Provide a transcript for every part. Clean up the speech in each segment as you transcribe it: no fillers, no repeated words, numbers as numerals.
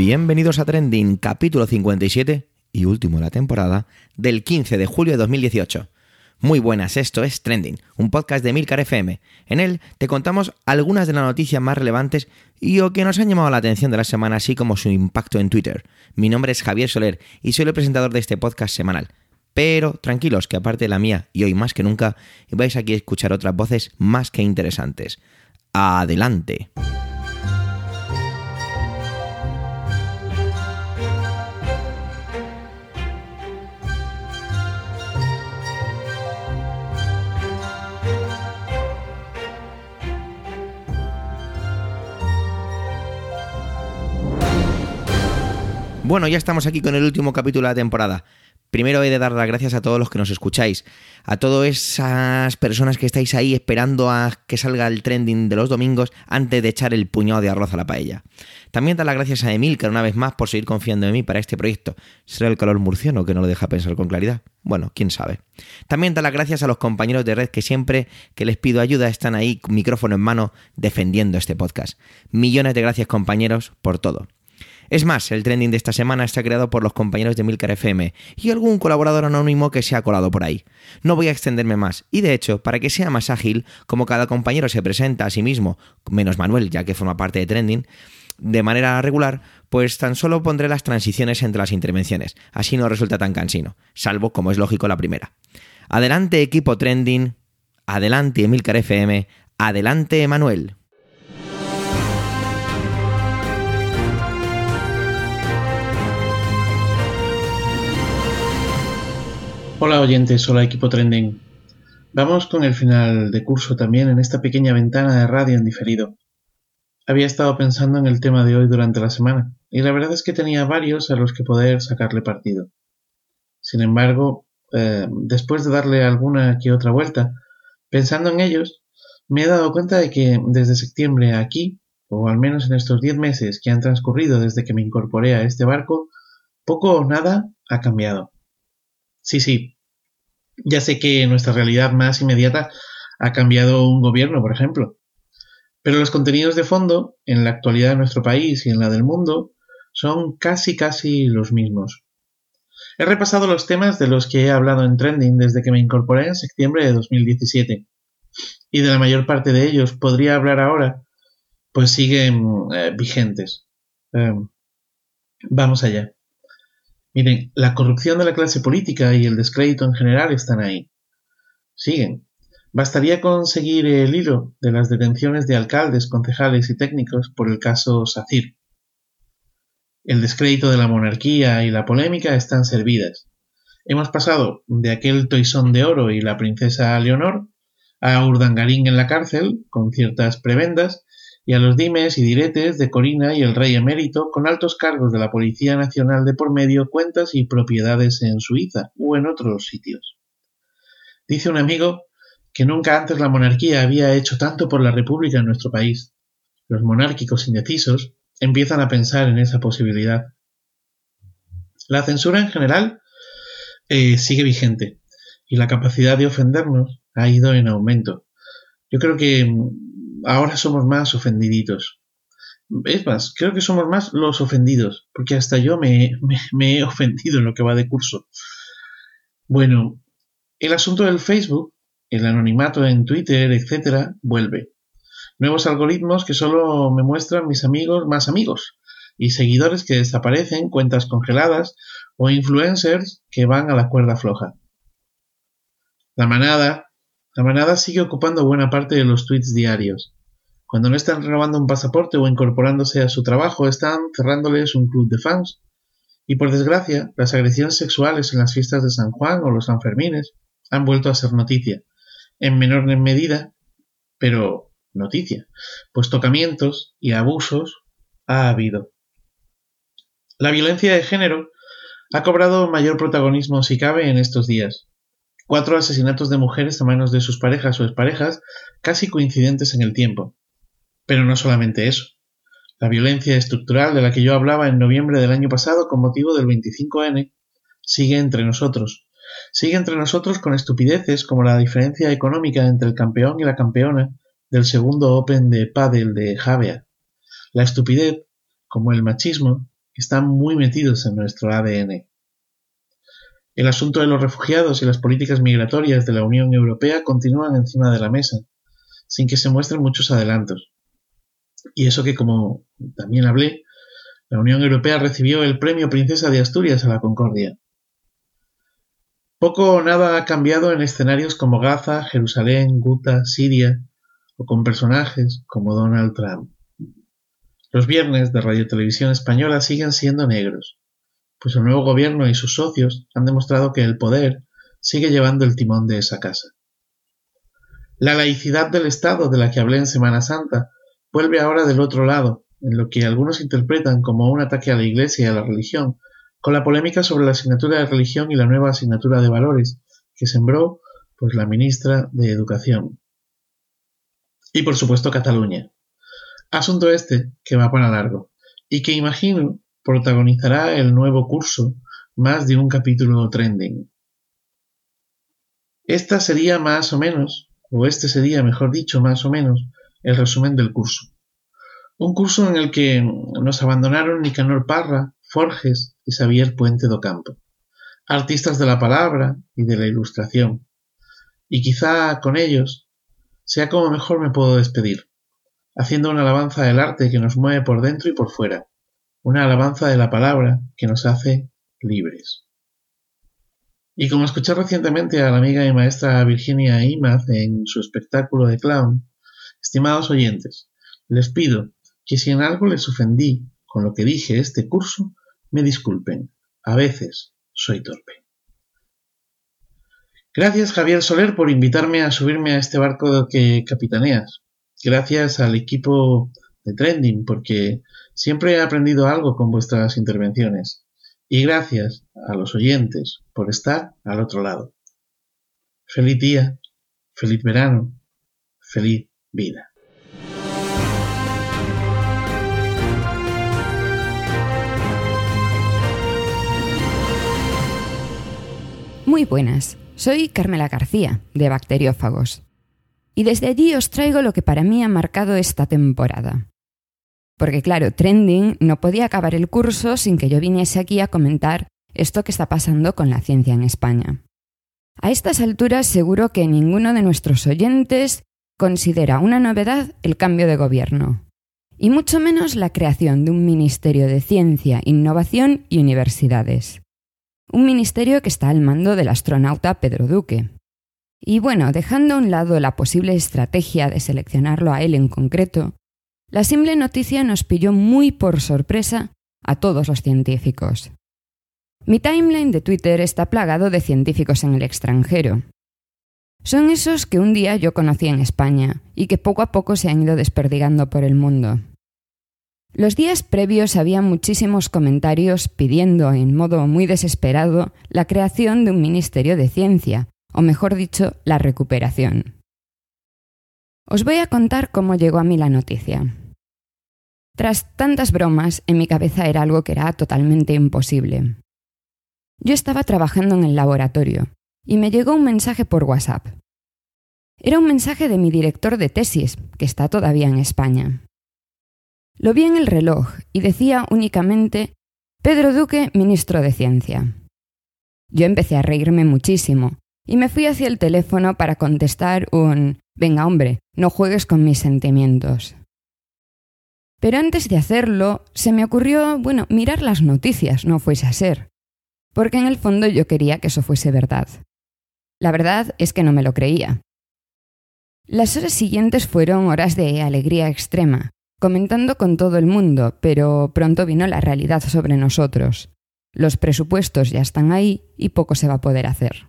Bienvenidos a Trending, capítulo 57 y último de la temporada del 15 de julio de 2018. Muy buenas, esto es Trending, un podcast de Emilcar FM. En él te contamos algunas de las noticias más relevantes y o que nos han llamado la atención de la semana, así como su impacto en Twitter. Mi nombre es Javier Soler y soy el presentador de este podcast semanal. Pero tranquilos, que aparte de la mía y hoy más que nunca, vais aquí a escuchar otras voces más que interesantes. ¡Adelante! Bueno, ya estamos aquí con el último capítulo de la temporada. Primero he de dar las gracias a todos los que nos escucháis, a todas esas personas que estáis ahí esperando a que salga el trending de los domingos antes de echar el puñado de arroz a la paella. También dar las gracias a Emilcar una vez más por seguir confiando en mí para este proyecto. ¿Será el calor murciano que no lo deja pensar con claridad? Bueno, quién sabe. También dar las gracias a los compañeros de red que siempre que les pido ayuda están ahí, micrófono en mano, defendiendo este podcast. Millones de gracias, compañeros, por todo. Es más, el trending de esta semana está creado por los compañeros de Emilcar FM y algún colaborador anónimo que se ha colado por ahí. No voy a extenderme más y de hecho, para que sea más ágil, como cada compañero se presenta a sí mismo, menos Manuel, ya que forma parte de Trending, de manera regular, pues tan solo pondré las transiciones entre las intervenciones, así no resulta tan cansino, salvo, como es lógico, la primera. Adelante equipo Trending, adelante Emilcar FM, adelante Manuel. Hola oyentes, hola equipo Trending. Vamos con el final de curso también en esta pequeña ventana de radio en diferido. Había estado pensando en el tema de hoy durante la semana y la verdad es que tenía varios a los que poder sacarle partido. Sin embargo, después de darle alguna que otra vuelta, pensando en ellos, me he dado cuenta de que desde septiembre aquí, o al menos en estos 10 meses que han transcurrido desde que me incorporé a este barco, poco o nada ha cambiado. Sí, ya sé que nuestra realidad más inmediata ha cambiado un gobierno, por ejemplo, pero los contenidos de fondo, en la actualidad de nuestro país y en la del mundo, son casi los mismos. He repasado los temas de los que he hablado en Trending desde que me incorporé en septiembre de 2017, y de la mayor parte de ellos podría hablar ahora, pues siguen vigentes. Vamos allá. Miren, la corrupción de la clase política y el descrédito en general están ahí. Siguen. Bastaría con seguir el hilo de las detenciones de alcaldes, concejales y técnicos por el caso SACIR. El descrédito de la monarquía y la polémica están servidas. Hemos pasado de aquel Toisón de Oro y la princesa Leonor a Urdangarín en la cárcel, con ciertas prebendas, y a los dimes y diretes de Corina y el rey emérito con altos cargos de la Policía Nacional de por medio, cuentas y propiedades en Suiza o en otros sitios. Dice un amigo que nunca antes la monarquía había hecho tanto por la república en nuestro país. Los monárquicos indecisos empiezan a pensar en esa posibilidad. La censura en general sigue vigente y la capacidad de ofendernos ha ido en aumento. Yo creo que ahora somos más ofendiditos. Es más, creo que somos más los ofendidos, porque hasta yo me he ofendido en lo que va de curso. Bueno, el asunto del Facebook, el anonimato en Twitter, etc., vuelve. Nuevos algoritmos que solo me muestran mis amigos más amigos, y seguidores que desaparecen, cuentas congeladas, o influencers que van a la cuerda floja. La manada sigue ocupando buena parte de los tweets diarios. Cuando no están renovando un pasaporte o incorporándose a su trabajo, están cerrándoles un club de fans. Y por desgracia, las agresiones sexuales en las fiestas de San Juan o los Sanfermines han vuelto a ser noticia. En menor medida, pero noticia, pues tocamientos y abusos ha habido. La violencia de género ha cobrado mayor protagonismo, si cabe, en estos días. 4 asesinatos de mujeres a manos de sus parejas o exparejas, casi coincidentes en el tiempo. Pero no solamente eso. La violencia estructural de la que yo hablaba en noviembre del año pasado con motivo del 25N sigue entre nosotros. Sigue entre nosotros con estupideces como la diferencia económica entre el campeón y la campeona del segundo Open de pádel de Javea. La estupidez, como el machismo, que están muy metidos en nuestro ADN. El asunto de los refugiados y las políticas migratorias de la Unión Europea continúan encima de la mesa, sin que se muestren muchos adelantos. Y eso que, como también hablé, la Unión Europea recibió el Premio Princesa de Asturias a la Concordia. Poco o nada ha cambiado en escenarios como Gaza, Jerusalén, Guta, Siria, o con personajes como Donald Trump. Los viernes de Radio Televisión Española siguen siendo negros, pues el nuevo gobierno y sus socios han demostrado que el poder sigue llevando el timón de esa casa. La laicidad del Estado de la que hablé en Semana Santa vuelve ahora del otro lado, en lo que algunos interpretan como un ataque a la Iglesia y a la religión, con la polémica sobre la asignatura de religión y la nueva asignatura de valores que sembró pues la ministra de Educación. Y por supuesto Cataluña. Asunto este que va para largo y que imagino protagonizará el nuevo curso más de un capítulo trending. Esta sería más o menos, o este sería, mejor dicho, más o menos, el resumen del curso. Un curso en el que nos abandonaron Nicanor Parra, Forges y Xavier Puente do Campo, artistas de la palabra y de la ilustración, y quizá con ellos sea como mejor me puedo despedir, haciendo una alabanza del arte que nos mueve por dentro y por fuera, una alabanza de la palabra que nos hace libres. Y como escuché recientemente a la amiga y maestra Virginia Imaz en su espectáculo de clown, estimados oyentes, les pido que si en algo les ofendí con lo que dije este curso, me disculpen. A veces soy torpe. Gracias, Javier Soler, por invitarme a subirme a este barco que capitaneas. Gracias al equipo de Trending, porque siempre he aprendido algo con vuestras intervenciones. Y gracias a los oyentes por estar al otro lado. Feliz día, feliz verano, feliz vida. Muy buenas, soy Carmela García, de Bacteriófagos. Y desde allí os traigo lo que para mí ha marcado esta temporada. Porque claro, Trending no podía acabar el curso sin que yo viniese aquí a comentar esto que está pasando con la ciencia en España. A estas alturas seguro que ninguno de nuestros oyentes considera una novedad el cambio de gobierno, y mucho menos la creación de un Ministerio de Ciencia, Innovación y Universidades. Un ministerio que está al mando del astronauta Pedro Duque. Y bueno, dejando a un lado la posible estrategia de seleccionarlo a él en concreto, la simple noticia nos pilló muy por sorpresa a todos los científicos. Mi timeline de Twitter está plagado de científicos en el extranjero. Son esos que un día yo conocí en España y que poco a poco se han ido desperdigando por el mundo. Los días previos había muchísimos comentarios pidiendo, en modo muy desesperado, la creación de un Ministerio de Ciencia, o mejor dicho, la recuperación. Os voy a contar cómo llegó a mí la noticia. Tras tantas bromas, en mi cabeza era algo que era totalmente imposible. Yo estaba trabajando en el laboratorio y me llegó un mensaje por WhatsApp. Era un mensaje de mi director de tesis, que está todavía en España. Lo vi en el reloj y decía únicamente Pedro Duque, ministro de Ciencia. Yo empecé a reírme muchísimo y me fui hacia el teléfono para contestar un «Venga, hombre, no juegues con mis sentimientos». Pero antes de hacerlo, se me ocurrió, mirar las noticias, no fuese a ser. Porque en el fondo yo quería que eso fuese verdad. La verdad es que no me lo creía. Las horas siguientes fueron horas de alegría extrema, comentando con todo el mundo, pero pronto vino la realidad sobre nosotros. Los presupuestos ya están ahí y poco se va a poder hacer.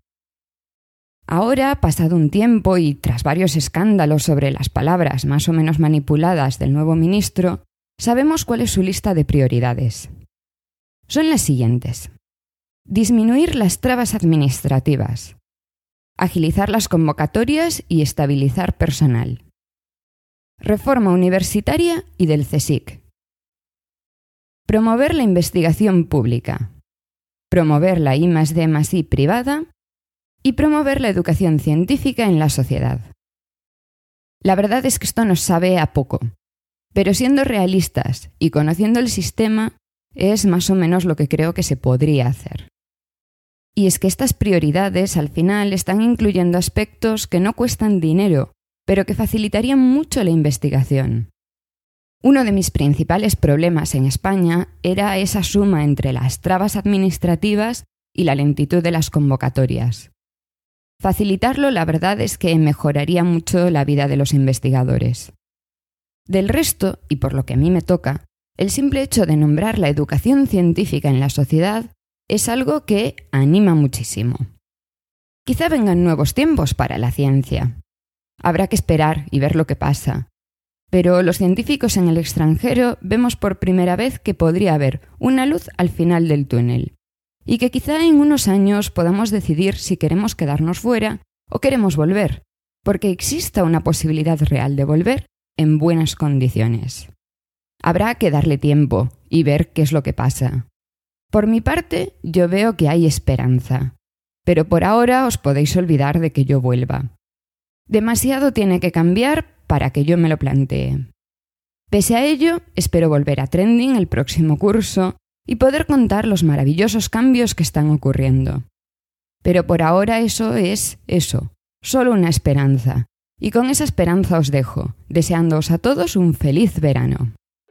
Ahora, pasado un tiempo y tras varios escándalos sobre las palabras más o menos manipuladas del nuevo ministro, sabemos cuál es su lista de prioridades. Son las siguientes. Disminuir las trabas administrativas. Agilizar las convocatorias y estabilizar personal. Reforma universitaria y del CSIC. Promover la investigación pública. Promover la I+D+I privada. Y promover la educación científica en la sociedad. La verdad es que esto nos sabe a poco, pero siendo realistas y conociendo el sistema, es más o menos lo que creo que se podría hacer. Y es que estas prioridades al final están incluyendo aspectos que no cuestan dinero, pero que facilitarían mucho la investigación. Uno de mis principales problemas en España era esa suma entre las trabas administrativas y la lentitud de las convocatorias. Facilitarlo, la verdad es que mejoraría mucho la vida de los investigadores. Del resto, y por lo que a mí me toca, el simple hecho de nombrar la educación científica en la sociedad es algo que anima muchísimo. Quizá vengan nuevos tiempos para la ciencia. Habrá que esperar y ver lo que pasa. Pero los científicos en el extranjero vemos por primera vez que podría haber una luz al final del túnel, y que quizá en unos años podamos decidir si queremos quedarnos fuera o queremos volver, porque exista una posibilidad real de volver en buenas condiciones. Habrá que darle tiempo y ver qué es lo que pasa. Por mi parte, yo veo que hay esperanza, pero por ahora os podéis olvidar de que yo vuelva. Demasiado tiene que cambiar para que yo me lo plantee. Pese a ello, espero volver a Trending el próximo curso y poder contar los maravillosos cambios que están ocurriendo. Pero por ahora eso es solo una esperanza. Y con esa esperanza os dejo, deseándoos a todos un feliz verano.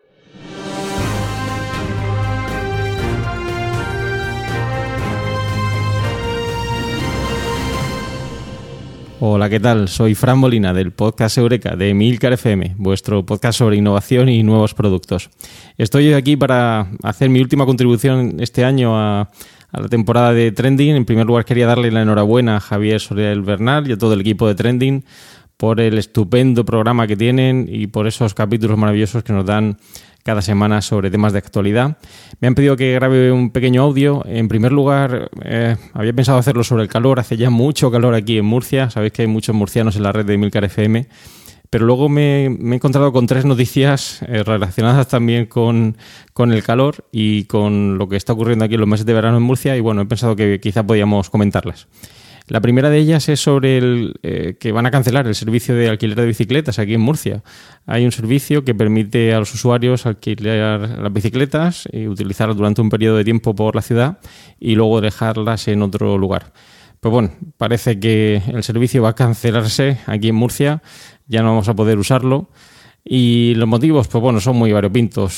Hola, ¿qué tal? Soy Fran Molina del podcast Eureka de Emilcar FM, vuestro podcast sobre innovación y nuevos productos. Estoy aquí para hacer mi última contribución este año a la temporada de Trending. En primer lugar, quería darle la enhorabuena a Javier Soler Bernal y a todo el equipo de Trending por el estupendo programa que tienen y por esos capítulos maravillosos que nos dan cada semana sobre temas de actualidad. Me han pedido que grabe un pequeño audio. En primer lugar, había pensado hacerlo sobre el calor. Hace ya mucho calor aquí en Murcia. Sabéis que hay muchos murcianos en la red de Emilcar FM. Pero luego me he encontrado con 3 noticias relacionadas también con el calor y con lo que está ocurriendo aquí en los meses de verano en Murcia. Y bueno, he pensado que quizá podíamos comentarlas. La primera de ellas es sobre que van a cancelar el servicio de alquiler de bicicletas aquí en Murcia. Hay un servicio que permite a los usuarios alquilar las bicicletas y utilizarlas durante un periodo de tiempo por la ciudad y luego dejarlas en otro lugar. Pues bueno, parece que el servicio va a cancelarse aquí en Murcia, ya no vamos a poder usarlo. Y los motivos, pues bueno, son muy variopintos.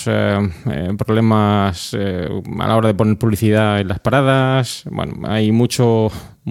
Problemas a la hora de poner publicidad en las paradas. Bueno, hay mucho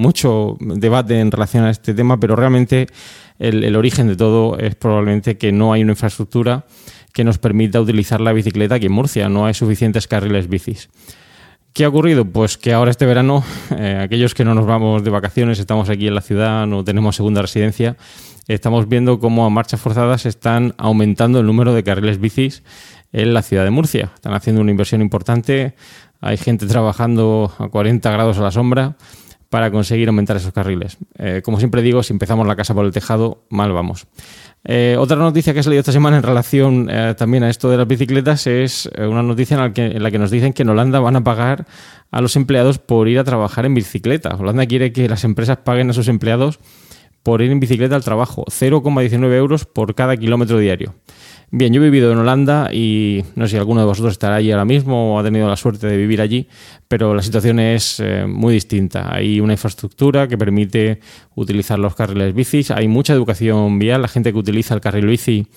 debate en relación a este tema, pero realmente el origen de todo es probablemente que no hay una infraestructura que nos permita utilizar la bicicleta aquí en Murcia. No hay suficientes carriles bicis. ¿Qué ha ocurrido? Pues que ahora este verano, aquellos que no nos vamos de vacaciones, estamos aquí en la ciudad, no tenemos segunda residencia, estamos viendo cómo a marchas forzadas están aumentando el número de carriles bicis en la ciudad de Murcia. Están haciendo una inversión importante, hay gente trabajando a 40 grados a la sombra para conseguir aumentar esos carriles. Como siempre digo, si empezamos la casa por el tejado, mal vamos. Otra noticia que he salido esta semana en relación también a esto de las bicicletas es una noticia en la que nos dicen que en Holanda van a pagar a los empleados por ir a trabajar en bicicleta. Holanda quiere que las empresas paguen a sus empleados por ir en bicicleta al trabajo, 0,19 euros por cada kilómetro diario. Bien, yo he vivido en Holanda y no sé si alguno de vosotros estará allí ahora mismo o ha tenido la suerte de vivir allí, pero la situación es muy distinta. Hay una infraestructura que permite utilizar los carriles bicis, hay mucha educación vial, la gente que utiliza el carril bici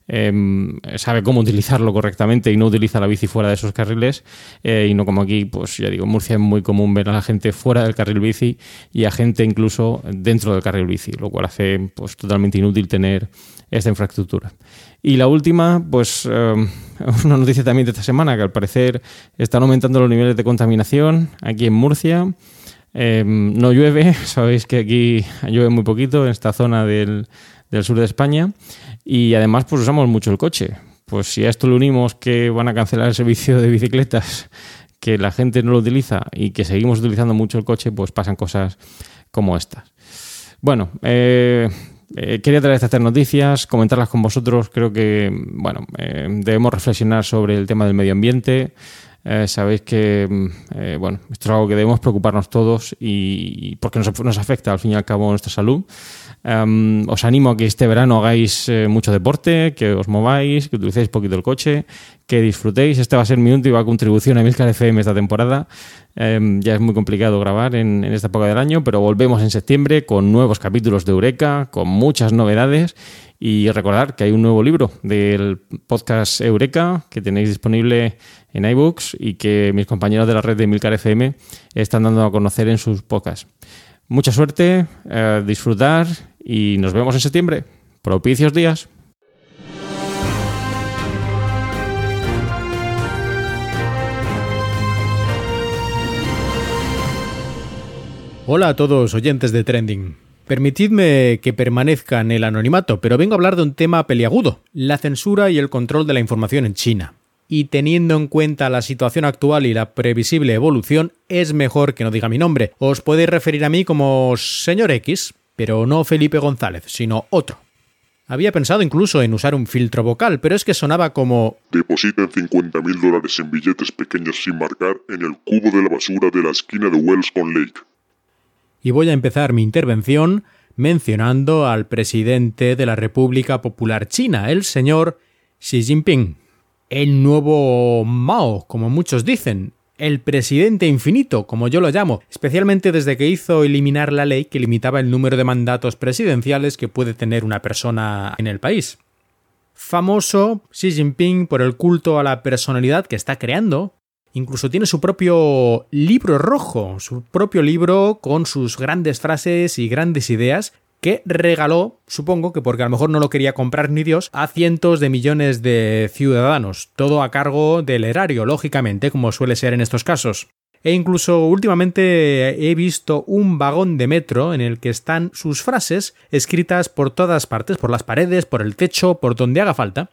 sabe cómo utilizarlo correctamente y no utiliza la bici fuera de esos carriles, y no como aquí, pues ya digo, en Murcia es muy común ver a la gente fuera del carril bici y a gente incluso dentro del carril bici, lo cual hace pues totalmente inútil tener esta infraestructura. Y la última, pues una noticia también de esta semana, que al parecer están aumentando los niveles de contaminación aquí en Murcia. No llueve, sabéis que aquí llueve muy poquito en esta zona del sur de España, y además pues usamos mucho el coche. Pues si a esto le unimos que van a cancelar el servicio de bicicletas, que la gente no lo utiliza y que seguimos utilizando mucho el coche, pues pasan cosas como estas. Bueno, quería traer estas 3 noticias, comentarlas con vosotros. Creo que debemos reflexionar sobre el tema del medio ambiente. Sabéis que esto es algo que debemos preocuparnos todos y porque nos afecta al fin y al cabo nuestra salud. Os animo a que este verano hagáis mucho deporte, que os mováis, que utilicéis poquito el coche, que disfrutéis. Esta va a ser mi última contribución a Milcar FM esta temporada. Ya es muy complicado grabar en esta época del año, pero volvemos en septiembre con nuevos capítulos de Eureka, con muchas novedades. Y recordar que hay un nuevo libro del podcast Eureka que tenéis disponible en iBooks y que mis compañeros de la red de Milcar FM están dando a conocer en sus podcasts. Mucha suerte, disfrutar y nos vemos en septiembre. Propicios días. Hola a todos oyentes de Trending. Permitidme que permanezca en el anonimato, pero vengo a hablar de un tema peliagudo, la censura y el control de la información en China. Y teniendo en cuenta la situación actual y la previsible evolución, es mejor que no diga mi nombre. Os podéis referir a mí como Señor X, pero no Felipe González, sino otro. Había pensado incluso en usar un filtro vocal, pero es que sonaba como: depositen $50,000 en billetes pequeños sin marcar en el cubo de la basura de la esquina de Wells con Lake. Y voy a empezar mi intervención mencionando al presidente de la República Popular China, el señor Xi Jinping. El nuevo Mao, como muchos dicen, el presidente infinito, como yo lo llamo, especialmente desde que hizo eliminar la ley que limitaba el número de mandatos presidenciales que puede tener una persona en el país. Famoso Xi Jinping por el culto a la personalidad que está creando. Incluso tiene su propio libro rojo, su propio libro con sus grandes frases y grandes ideas que regaló, supongo que porque a lo mejor no lo quería comprar ni Dios, a cientos de millones de ciudadanos, todo a cargo del erario, lógicamente, como suele ser en estos casos. E incluso últimamente he visto un vagón de metro en el que están sus frases escritas por todas partes, por las paredes, por el techo, por donde haga falta.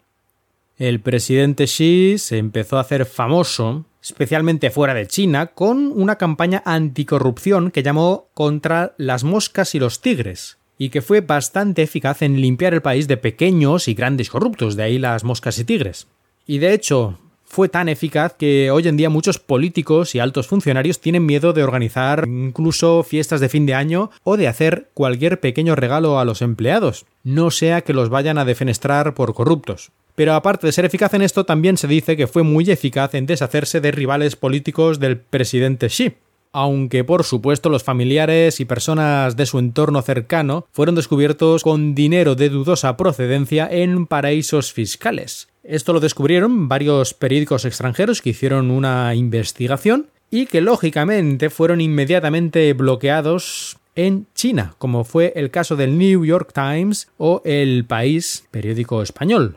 El presidente Xi se empezó a hacer famoso, especialmente fuera de China, con una campaña anticorrupción que llamó Contra las moscas y los tigres, y que fue bastante eficaz en limpiar el país de pequeños y grandes corruptos, de ahí las moscas y tigres. Y de hecho, fue tan eficaz que hoy en día muchos políticos y altos funcionarios tienen miedo de organizar incluso fiestas de fin de año o de hacer cualquier pequeño regalo a los empleados, no sea que los vayan a defenestrar por corruptos. Pero aparte de ser eficaz en esto, también se dice que fue muy eficaz en deshacerse de rivales políticos del presidente Xi. Aunque, por supuesto, los familiares y personas de su entorno cercano fueron descubiertos con dinero de dudosa procedencia en paraísos fiscales. Esto lo descubrieron varios periódicos extranjeros que hicieron una investigación y que, lógicamente, fueron inmediatamente bloqueados en China, como fue el caso del New York Times o El País, periódico español.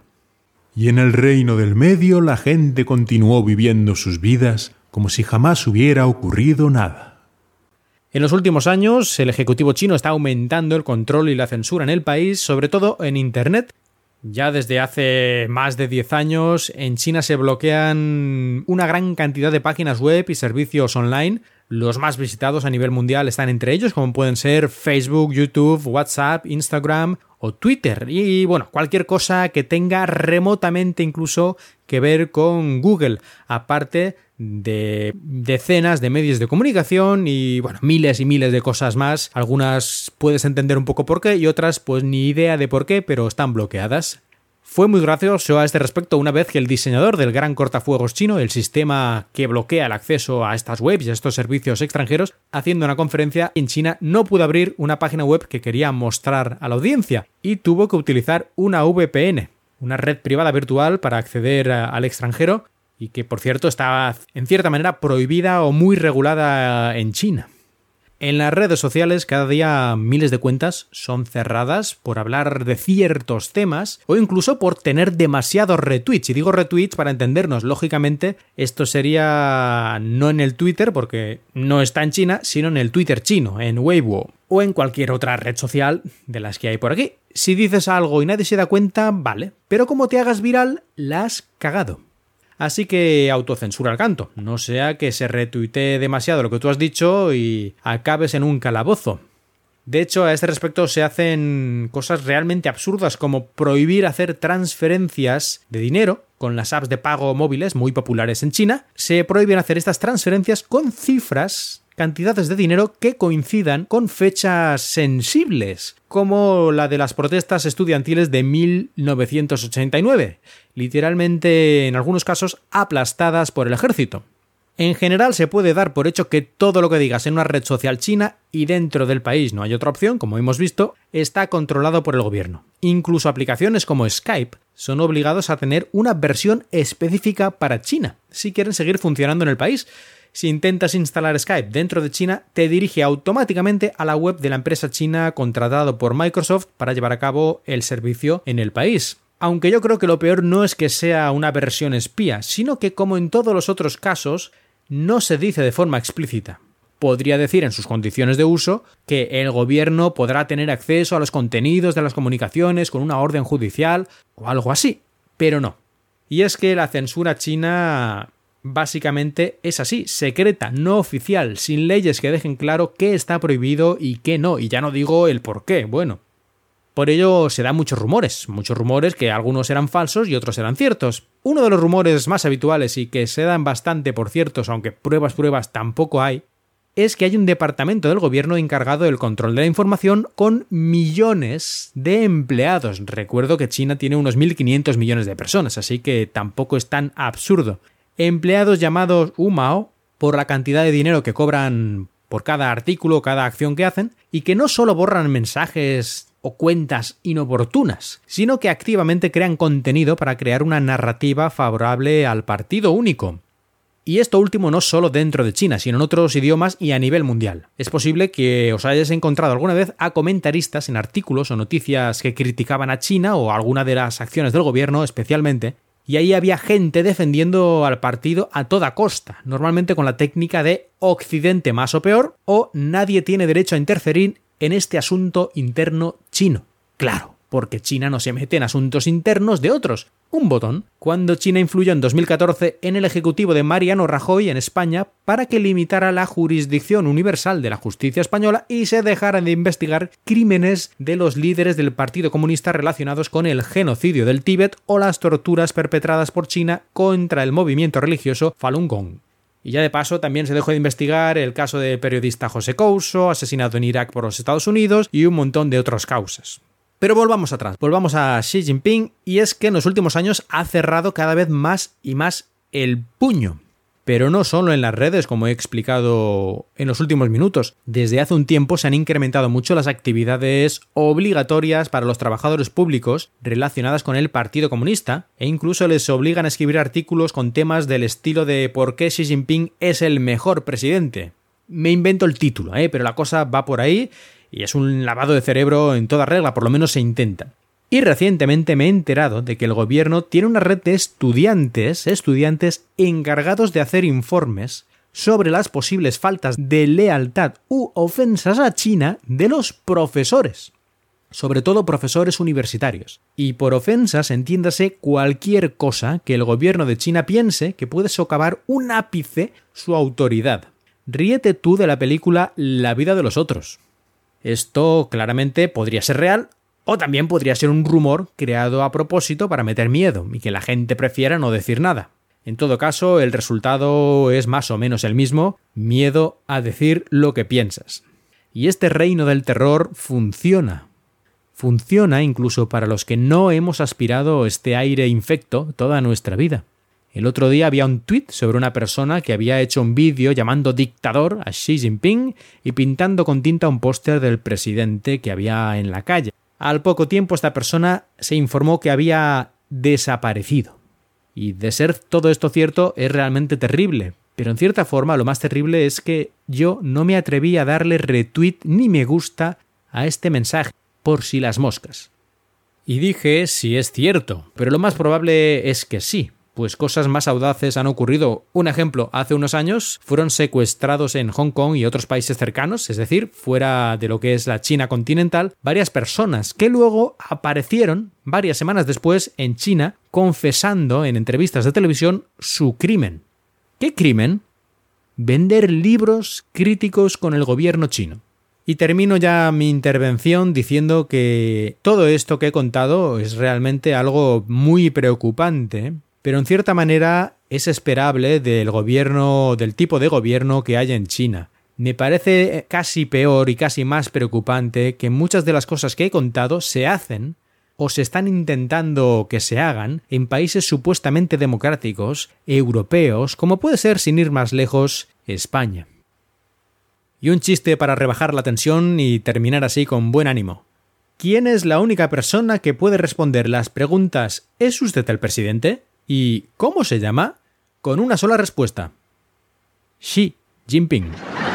Y en el reino del medio la gente continuó viviendo sus vidas como si jamás hubiera ocurrido nada. En los últimos años, el Ejecutivo chino está aumentando el control y la censura en el país, sobre todo en Internet. Ya desde hace más de 10 años, en China se bloquean una gran cantidad de páginas web y servicios online. Los más visitados a nivel mundial están entre ellos, como pueden ser Facebook, YouTube, WhatsApp, Instagram o Twitter. Y bueno, cualquier cosa que tenga remotamente incluso que ver con Google, aparte de decenas de medios de comunicación y bueno, miles y miles de cosas más. Algunas puedes entender un poco por qué y otras pues ni idea de por qué, pero están bloqueadas. Fue muy gracioso a este respecto una vez que el diseñador del gran cortafuegos chino, el sistema que bloquea el acceso a estas webs y a estos servicios extranjeros, haciendo una conferencia en China, no pudo abrir una página web que quería mostrar a la audiencia y tuvo que utilizar una VPN, una red privada virtual para acceder al extranjero y que, por cierto, está en cierta manera prohibida o muy regulada en China. En las redes sociales cada día miles de cuentas son cerradas por hablar de ciertos temas o incluso por tener demasiados retweets. Y digo retweets para entendernos, lógicamente esto sería no en el Twitter porque no está en China, sino en el Twitter chino, en Weibo o en cualquier otra red social de las que hay por aquí. Si dices algo y nadie se da cuenta, vale, pero como te hagas viral, la has cagado. Así que autocensura al canto, no sea que se retuitee demasiado lo que tú has dicho y acabes en un calabozo. De hecho, a este respecto se hacen cosas realmente absurdas como prohibir hacer transferencias de dinero con las apps de pago móviles muy populares en China. Se prohíben hacer estas transferencias con cifras cantidades de dinero que coincidan con fechas sensibles, como la de las protestas estudiantiles de 1989, literalmente en algunos casos aplastadas por el ejército. En general se puede dar por hecho que todo lo que digas en una red social china y dentro del país no hay otra opción, como hemos visto, está controlado por el gobierno. Incluso aplicaciones como Skype son obligados a tener una versión específica para China, si quieren seguir funcionando en el país. Si intentas instalar Skype dentro de China, te dirige automáticamente a la web de la empresa china contratada por Microsoft para llevar a cabo el servicio en el país. Aunque yo creo que lo peor no es que sea una versión espía, sino que, como en todos los otros casos, no se dice de forma explícita. Podría decir en sus condiciones de uso que el gobierno podrá tener acceso a los contenidos de las comunicaciones con una orden judicial o algo así, pero no. Y es que la censura china básicamente es así, secreta, no oficial, sin leyes que dejen claro qué está prohibido y qué no, y ya no digo el por qué, bueno. Por ello se dan muchos rumores que algunos eran falsos y otros eran ciertos. Uno de los rumores más habituales y que se dan bastante por ciertos, aunque pruebas tampoco hay, es que hay un departamento del gobierno encargado del control de la información con millones de empleados. Recuerdo que China tiene unos 1.500 millones de personas, así que tampoco es tan absurdo. Empleados llamados Umao por la cantidad de dinero que cobran por cada artículo o cada acción que hacen, y que no solo borran mensajes o cuentas inoportunas, sino que activamente crean contenido para crear una narrativa favorable al partido único. Y esto último no solo dentro de China, sino en otros idiomas y a nivel mundial. Es posible que os hayáis encontrado alguna vez a comentaristas en artículos o noticias que criticaban a China o alguna de las acciones del gobierno especialmente, y ahí había gente defendiendo al partido a toda costa, normalmente con la técnica de Occidente más o peor, o nadie tiene derecho a interferir en este asunto interno chino. Claro, porque China no se mete en asuntos internos de otros. Un botón. Cuando China influyó en 2014 en el ejecutivo de Mariano Rajoy en España para que limitara la jurisdicción universal de la justicia española y se dejaran de investigar crímenes de los líderes del Partido Comunista relacionados con el genocidio del Tíbet o las torturas perpetradas por China contra el movimiento religioso Falun Gong. Y ya de paso también se dejó de investigar el caso del periodista José Couso, asesinado en Irak por los Estados Unidos, y un montón de otras causas. Pero volvamos atrás, volvamos a Xi Jinping, y es que en los últimos años ha cerrado cada vez más y más el puño. Pero no solo en las redes, como he explicado en los últimos minutos. Desde hace un tiempo se han incrementado mucho las actividades obligatorias para los trabajadores públicos relacionadas con el Partido Comunista, e incluso les obligan a escribir artículos con temas del estilo de ¿por qué Xi Jinping es el mejor presidente? Me invento el título, pero la cosa va por ahí y es un lavado de cerebro en toda regla, por lo menos se intenta. Y recientemente me he enterado de que el gobierno tiene una red de estudiantes encargados de hacer informes sobre las posibles faltas de lealtad u ofensas a China de los profesores, sobre todo profesores universitarios. Y por ofensas entiéndase cualquier cosa que el gobierno de China piense que puede socavar un ápice su autoridad. Ríete tú de la película La vida de los otros. Esto claramente podría ser real, o también podría ser un rumor creado a propósito para meter miedo y que la gente prefiera no decir nada. En todo caso, el resultado es más o menos el mismo: miedo a decir lo que piensas. Y este reino del terror funciona. Funciona incluso para los que no hemos aspirado este aire infecto toda nuestra vida. El otro día había un tuit sobre una persona que había hecho un vídeo llamando dictador a Xi Jinping y pintando con tinta un póster del presidente que había en la calle. Al poco tiempo esta persona se informó que había desaparecido. Y de ser todo esto cierto es realmente terrible, pero en cierta forma lo más terrible es que yo no me atreví a darle retweet ni me gusta a este mensaje, por si las moscas. Y dije si es cierto, pero lo más probable es que sí. Pues cosas más audaces han ocurrido. Un ejemplo, hace unos años fueron secuestrados en Hong Kong y otros países cercanos, es decir, fuera de lo que es la China continental, varias personas que luego aparecieron varias semanas después en China confesando en entrevistas de televisión su crimen. ¿Qué crimen? Vender libros críticos con el gobierno chino. Y termino ya mi intervención diciendo que todo esto que he contado es realmente algo muy preocupante, pero en cierta manera es esperable del gobierno, del tipo de gobierno que hay en China. Me parece casi peor y casi más preocupante que muchas de las cosas que he contado se hacen o se están intentando que se hagan en países supuestamente democráticos, europeos, como puede ser, sin ir más lejos, España. Y un chiste para rebajar la tensión y terminar así con buen ánimo. ¿Quién es la única persona que puede responder las preguntas ¿es usted el presidente? ¿Y cómo se llama? Con una sola respuesta. Xi Jinping.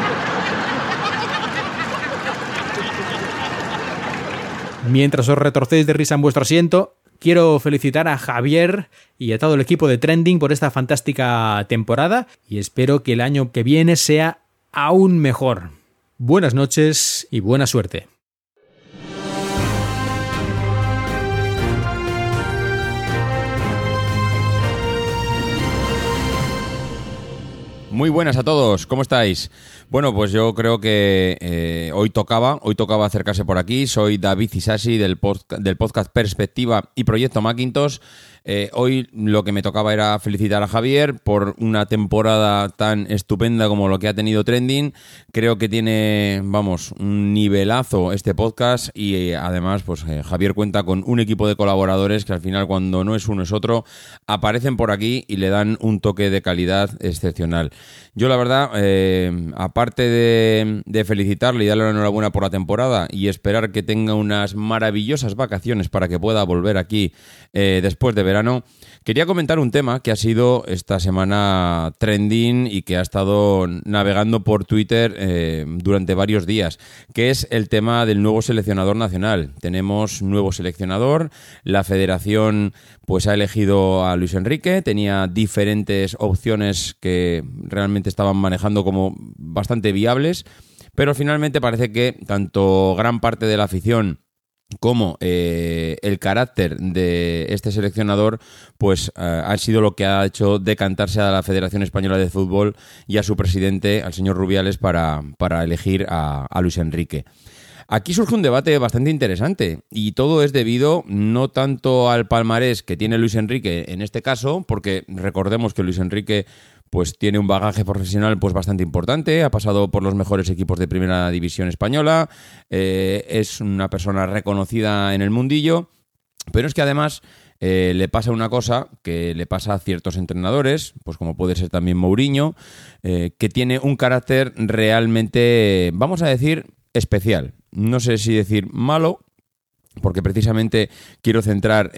Mientras os retorcéis de risa en vuestro asiento, quiero felicitar a Javier y a todo el equipo de Trending por esta fantástica temporada y espero que el año que viene sea aún mejor. Buenas noches y buena suerte. Muy buenas a todos, ¿cómo estáis? Bueno, pues yo creo que hoy tocaba acercarse por aquí. Soy David Isasi del podcast Perspectiva y Proyecto Macintosh. Hoy lo que me tocaba era felicitar a Javier por una temporada tan estupenda como lo que ha tenido Trending. Creo que tiene, un nivelazo este podcast y además pues Javier cuenta con un equipo de colaboradores que al final, cuando no es uno es otro, aparecen por aquí y le dan un toque de calidad excepcional. Yo la verdad, aparte de felicitarle y darle la enhorabuena por la temporada y esperar que tenga unas maravillosas vacaciones para que pueda volver aquí después de verano, quería comentar un tema que ha sido esta semana trending y que ha estado navegando por Twitter durante varios días, que es el tema del nuevo seleccionador nacional. Tenemos nuevo seleccionador, la federación pues ha elegido a Luis Enrique, tenía diferentes opciones que realmente estaban manejando como bastante viables, pero finalmente parece que tanto gran parte de la afición como el carácter de este seleccionador pues ha sido lo que ha hecho decantarse a la Federación Española de Fútbol y a su presidente, al señor Rubiales, para elegir a Luis Enrique. Aquí surge un debate bastante interesante y todo es debido no tanto al palmarés que tiene Luis Enrique en este caso, porque recordemos que Luis Enrique pues tiene un bagaje profesional pues bastante importante, ha pasado por los mejores equipos de primera división española, es una persona reconocida en el mundillo, pero es que además le pasa una cosa que le pasa a ciertos entrenadores, pues como puede ser también Mourinho, que tiene un carácter realmente, vamos a decir, especial. No sé si decir malo, porque precisamente quiero centrar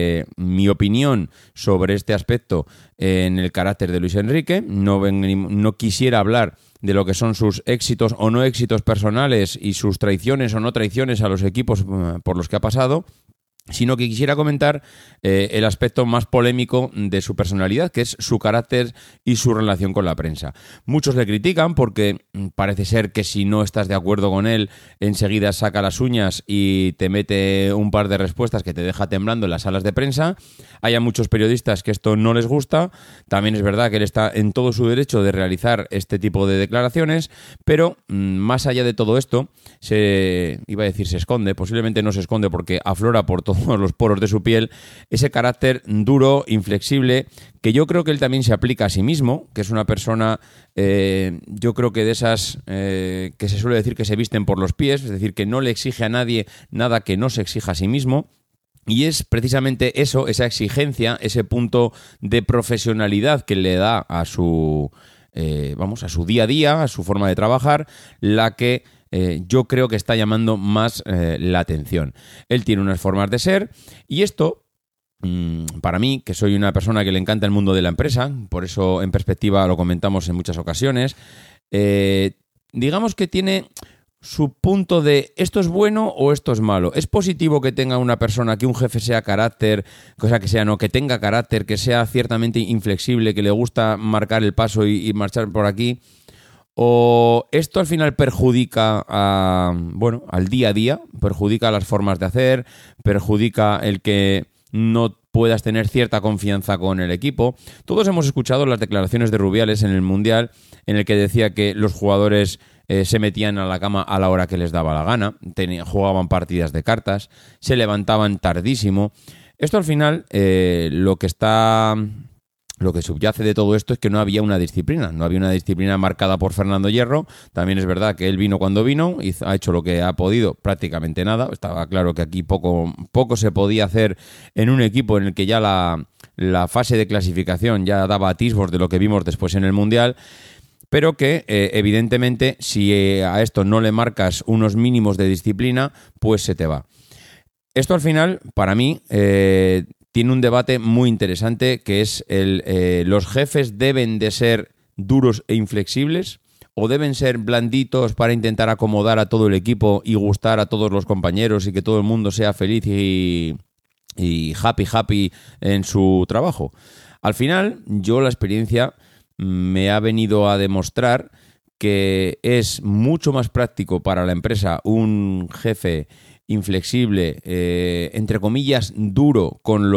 mi opinión sobre este aspecto en el carácter de Luis Enrique. No quisiera hablar de lo que son sus éxitos o no éxitos personales y sus traiciones o no traiciones a los equipos por los que ha pasado, sino que quisiera comentar el aspecto más polémico de su personalidad, que es su carácter y su relación con la prensa. Muchos le critican porque parece ser que si no estás de acuerdo con él, enseguida saca las uñas y te mete un par de respuestas que te deja temblando en las salas de prensa. Hay a muchos periodistas que esto no les gusta. También es verdad que él está en todo su derecho de realizar este tipo de declaraciones, pero más allá de todo esto, se esconde, posiblemente no se esconde porque aflora por todos los poros de su piel, ese carácter duro, inflexible, que yo creo que él también se aplica a sí mismo, que es una persona, yo creo que de esas que se suele decir que se visten por los pies, es decir, que no le exige a nadie nada que no se exija a sí mismo. Y es precisamente eso, esa exigencia, ese punto de profesionalidad que le da a su día a día, a su forma de trabajar, la que yo creo que está llamando más la atención. Él tiene unas formas de ser y esto, para mí, que soy una persona que le encanta el mundo de la empresa, por eso en Perspectiva lo comentamos en muchas ocasiones, digamos que tiene su punto de esto es bueno o esto es malo. Es positivo que tenga una persona, que un jefe sea carácter, que tenga carácter, que sea ciertamente inflexible, que le gusta marcar el paso y marchar por aquí. ¿O esto al final perjudica al día a día, perjudica las formas de hacer, perjudica el que no puedas tener cierta confianza con el equipo? Todos hemos escuchado las declaraciones de Rubiales en el Mundial, en el que decía que los jugadores se metían a la cama a la hora que les daba la gana, jugaban partidas de cartas, se levantaban tardísimo. Esto al final lo que está lo que subyace de todo esto es que no había una disciplina. No había una disciplina marcada por Fernando Hierro. También es verdad que él vino cuando vino, ha hecho lo que ha podido, prácticamente nada. Estaba claro que aquí poco se podía hacer en un equipo en el que ya la fase de clasificación ya daba atisbos de lo que vimos después en el Mundial. Pero que, evidentemente, si a esto no le marcas unos mínimos de disciplina, pues se te va. Esto al final, para mí, tiene un debate muy interesante, que es ¿los jefes deben de ser duros e inflexibles o deben ser blanditos para intentar acomodar a todo el equipo y gustar a todos los compañeros y que todo el mundo sea feliz y happy en su trabajo? Al final, yo la experiencia me ha venido a demostrar que es mucho más práctico para la empresa un jefe inflexible, entre comillas, duro con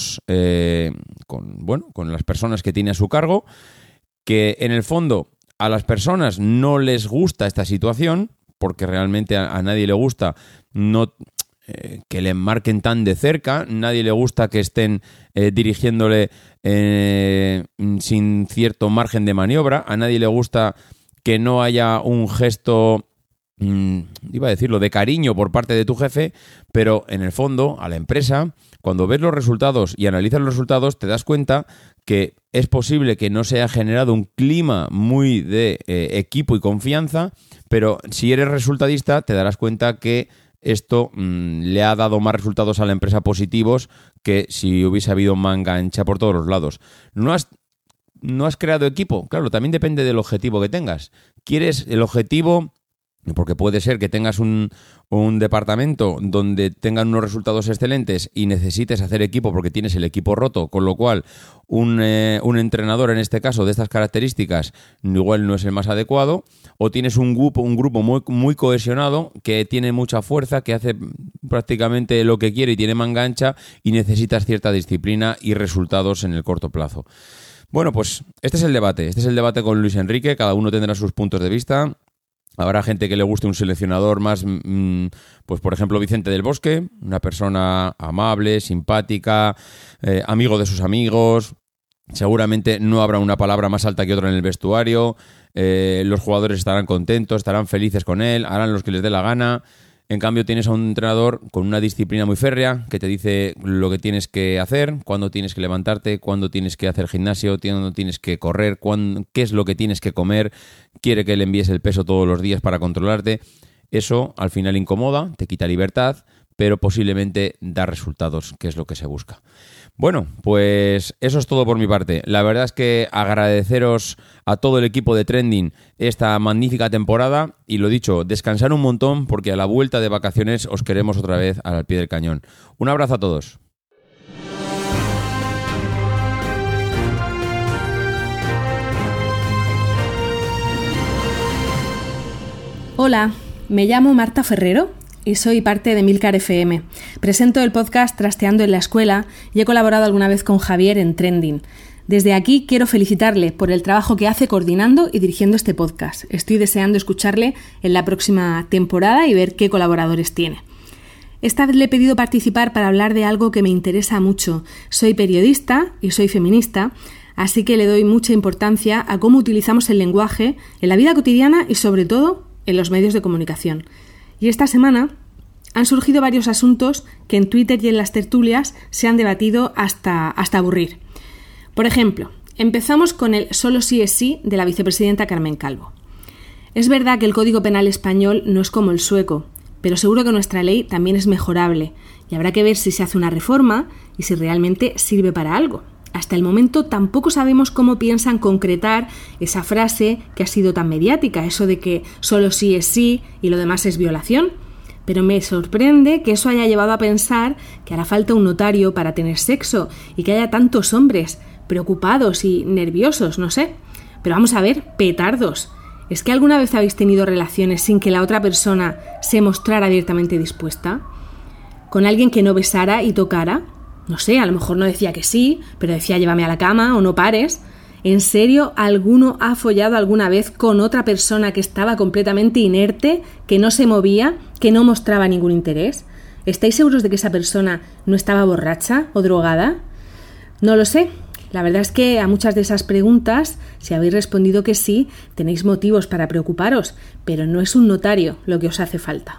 con las personas que tiene a su cargo, que en el fondo a las personas no les gusta esta situación, porque realmente a nadie le gusta que le marquen tan de cerca, nadie le gusta que estén dirigiéndole sin cierto margen de maniobra, a nadie le gusta que no haya un gesto, iba a decirlo, de cariño por parte de tu jefe, pero en el fondo, a la empresa, cuando ves los resultados y analizas los resultados, te das cuenta que es posible que no se haya generado un clima muy de equipo y confianza, pero si eres resultadista te darás cuenta que esto le ha dado más resultados a la empresa positivos que si hubiese habido manga ancha por todos los lados. ¿No has creado equipo? Claro, también depende del objetivo que tengas. ¿Quieres el objetivo? Porque puede ser que tengas un departamento donde tengan unos resultados excelentes y necesites hacer equipo porque tienes el equipo roto, con lo cual un entrenador, en este caso, de estas características, igual no es el más adecuado, o tienes un grupo muy, muy cohesionado que tiene mucha fuerza, que hace prácticamente lo que quiere y tiene manga ancha y necesitas cierta disciplina y resultados en el corto plazo. Bueno, pues este es el debate con Luis Enrique, cada uno tendrá sus puntos de vista. Habrá gente que le guste un seleccionador más, pues por ejemplo Vicente del Bosque, una persona amable, simpática, amigo de sus amigos. Seguramente no habrá una palabra más alta que otra en el vestuario. Los jugadores estarán contentos, estarán felices con él, harán lo que les dé la gana. En cambio tienes a un entrenador con una disciplina muy férrea que te dice lo que tienes que hacer, cuándo tienes que levantarte, cuándo tienes que hacer gimnasio, cuándo tienes que correr, qué es lo que tienes que comer, quiere que le envíes el peso todos los días para controlarte. Eso al final incomoda, te quita libertad, pero posiblemente da resultados, que es lo que se busca. Bueno, pues eso es todo por mi parte. La verdad es que agradeceros a todo el equipo de Trending esta magnífica temporada y lo dicho, descansar un montón porque a la vuelta de vacaciones os queremos otra vez al pie del cañón. Un abrazo a todos. Hola, me llamo Marta Ferrero y soy parte de Milcar FM. Presento el podcast Trasteando en la Escuela y he colaborado alguna vez con Javier en Trending. Desde aquí quiero felicitarle por el trabajo que hace coordinando y dirigiendo este podcast. Estoy deseando escucharle en la próxima temporada y ver qué colaboradores tiene. Esta vez le he pedido participar para hablar de algo que me interesa mucho. Soy periodista y soy feminista, así que le doy mucha importancia a cómo utilizamos el lenguaje en la vida cotidiana y sobre todo en los medios de comunicación. Y esta semana han surgido varios asuntos que en Twitter y en las tertulias se han debatido hasta aburrir. Por ejemplo, empezamos con el solo sí es sí de la vicepresidenta Carmen Calvo. Es verdad que el Código Penal español no es como el sueco, pero seguro que nuestra ley también es mejorable y habrá que ver si se hace una reforma y si realmente sirve para algo. Hasta el momento tampoco sabemos cómo piensan concretar esa frase que ha sido tan mediática, eso de que solo sí es sí y lo demás es violación. Pero me sorprende que eso haya llevado a pensar que hará falta un notario para tener sexo y que haya tantos hombres preocupados y nerviosos, no sé. Pero vamos a ver, petardos. ¿Es que alguna vez habéis tenido relaciones sin que la otra persona se mostrara abiertamente dispuesta? ¿Con alguien que no besara y tocara? No sé, a lo mejor no decía que sí, pero decía llévame a la cama o no pares. ¿En serio alguno ha follado alguna vez con otra persona que estaba completamente inerte, que no se movía, que no mostraba ningún interés? ¿Estáis seguros de que esa persona no estaba borracha o drogada? No lo sé. La verdad es que a muchas de esas preguntas, si habéis respondido que sí, tenéis motivos para preocuparos, pero no es un notario lo que os hace falta.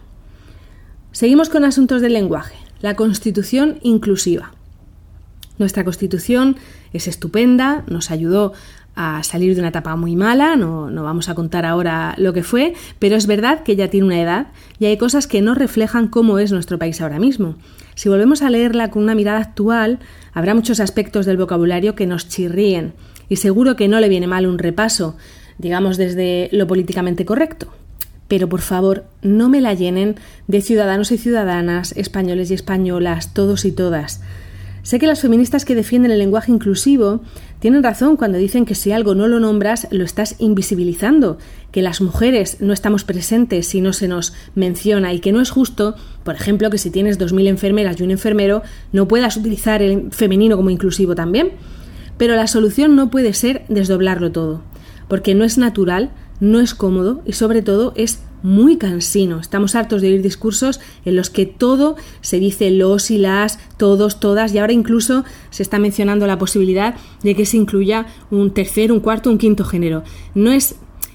Seguimos con asuntos del lenguaje. La Constitución inclusiva. Nuestra Constitución es estupenda, nos ayudó a salir de una etapa muy mala, no vamos a contar ahora lo que fue, pero es verdad que ya tiene una edad y hay cosas que no reflejan cómo es nuestro país ahora mismo. Si volvemos a leerla con una mirada actual, habrá muchos aspectos del vocabulario que nos chirríen y seguro que no le viene mal un repaso, digamos desde lo políticamente correcto. Pero por favor, no me la llenen de ciudadanos y ciudadanas, españoles y españolas, todos y todas. Sé que las feministas que defienden el lenguaje inclusivo tienen razón cuando dicen que si algo no lo nombras, lo estás invisibilizando, que las mujeres no estamos presentes si no se nos menciona y que no es justo, por ejemplo, que si tienes 2.000 enfermeras y un enfermero, no puedas utilizar el femenino como inclusivo también. Pero la solución no puede ser desdoblarlo todo, porque no es natural, no es cómodo y sobre todo es muy cansino. Estamos hartos de oír discursos en los que todo se dice los y las, todos, todas, y ahora incluso se está mencionando la posibilidad de que se incluya un tercer, un cuarto, un quinto género. No es...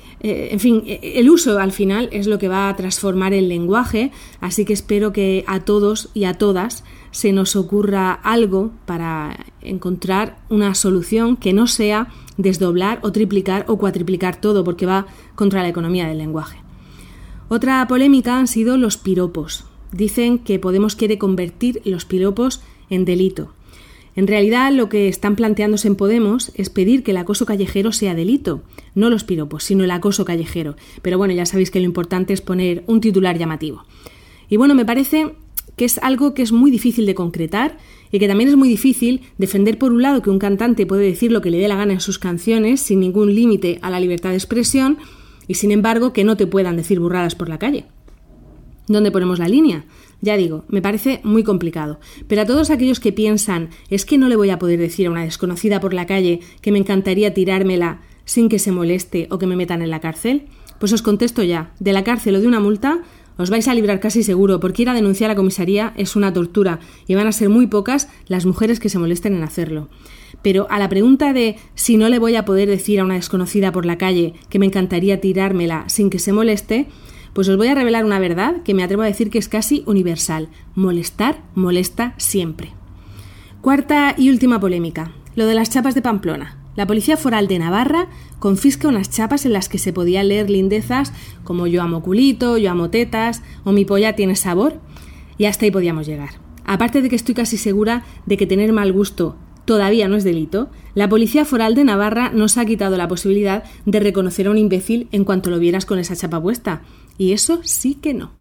en fin, el uso al final es lo que va a transformar el lenguaje, así que espero que a todos y a todas se nos ocurra algo para encontrar una solución que no sea desdoblar o triplicar o cuatriplicar todo, porque va contra la economía del lenguaje. Otra polémica han sido los piropos. Dicen que Podemos quiere convertir los piropos en delito. En realidad, lo que están planteándose en Podemos es pedir que el acoso callejero sea delito, no los piropos, sino el acoso callejero. Pero bueno, ya sabéis que lo importante es poner un titular llamativo. Y bueno, me parece que es algo que es muy difícil de concretar y que también es muy difícil defender por un lado que un cantante puede decir lo que le dé la gana en sus canciones sin ningún límite a la libertad de expresión y sin embargo que no te puedan decir burradas por la calle. ¿Dónde ponemos la línea? Ya digo, me parece muy complicado. Pero a todos aquellos que piensan es que no le voy a poder decir a una desconocida por la calle que me encantaría tirármela sin que se moleste o que me metan en la cárcel, pues os contesto ya, de la cárcel o de una multa os vais a librar casi seguro, porque ir a denunciar a la comisaría es una tortura y van a ser muy pocas las mujeres que se molesten en hacerlo. Pero a la pregunta de si no le voy a poder decir a una desconocida por la calle que me encantaría tirármela sin que se moleste, pues os voy a revelar una verdad que me atrevo a decir que es casi universal. Molestar molesta siempre. Cuarta y última polémica, lo de las chapas de Pamplona. La Policía Foral de Navarra confisca unas chapas en las que se podía leer lindezas como yo amo culito, yo amo tetas o mi polla tiene sabor, y hasta ahí podíamos llegar. Aparte de que estoy casi segura de que tener mal gusto todavía no es delito, la Policía Foral de Navarra nos ha quitado la posibilidad de reconocer a un imbécil en cuanto lo vieras con esa chapa puesta, y eso sí que no.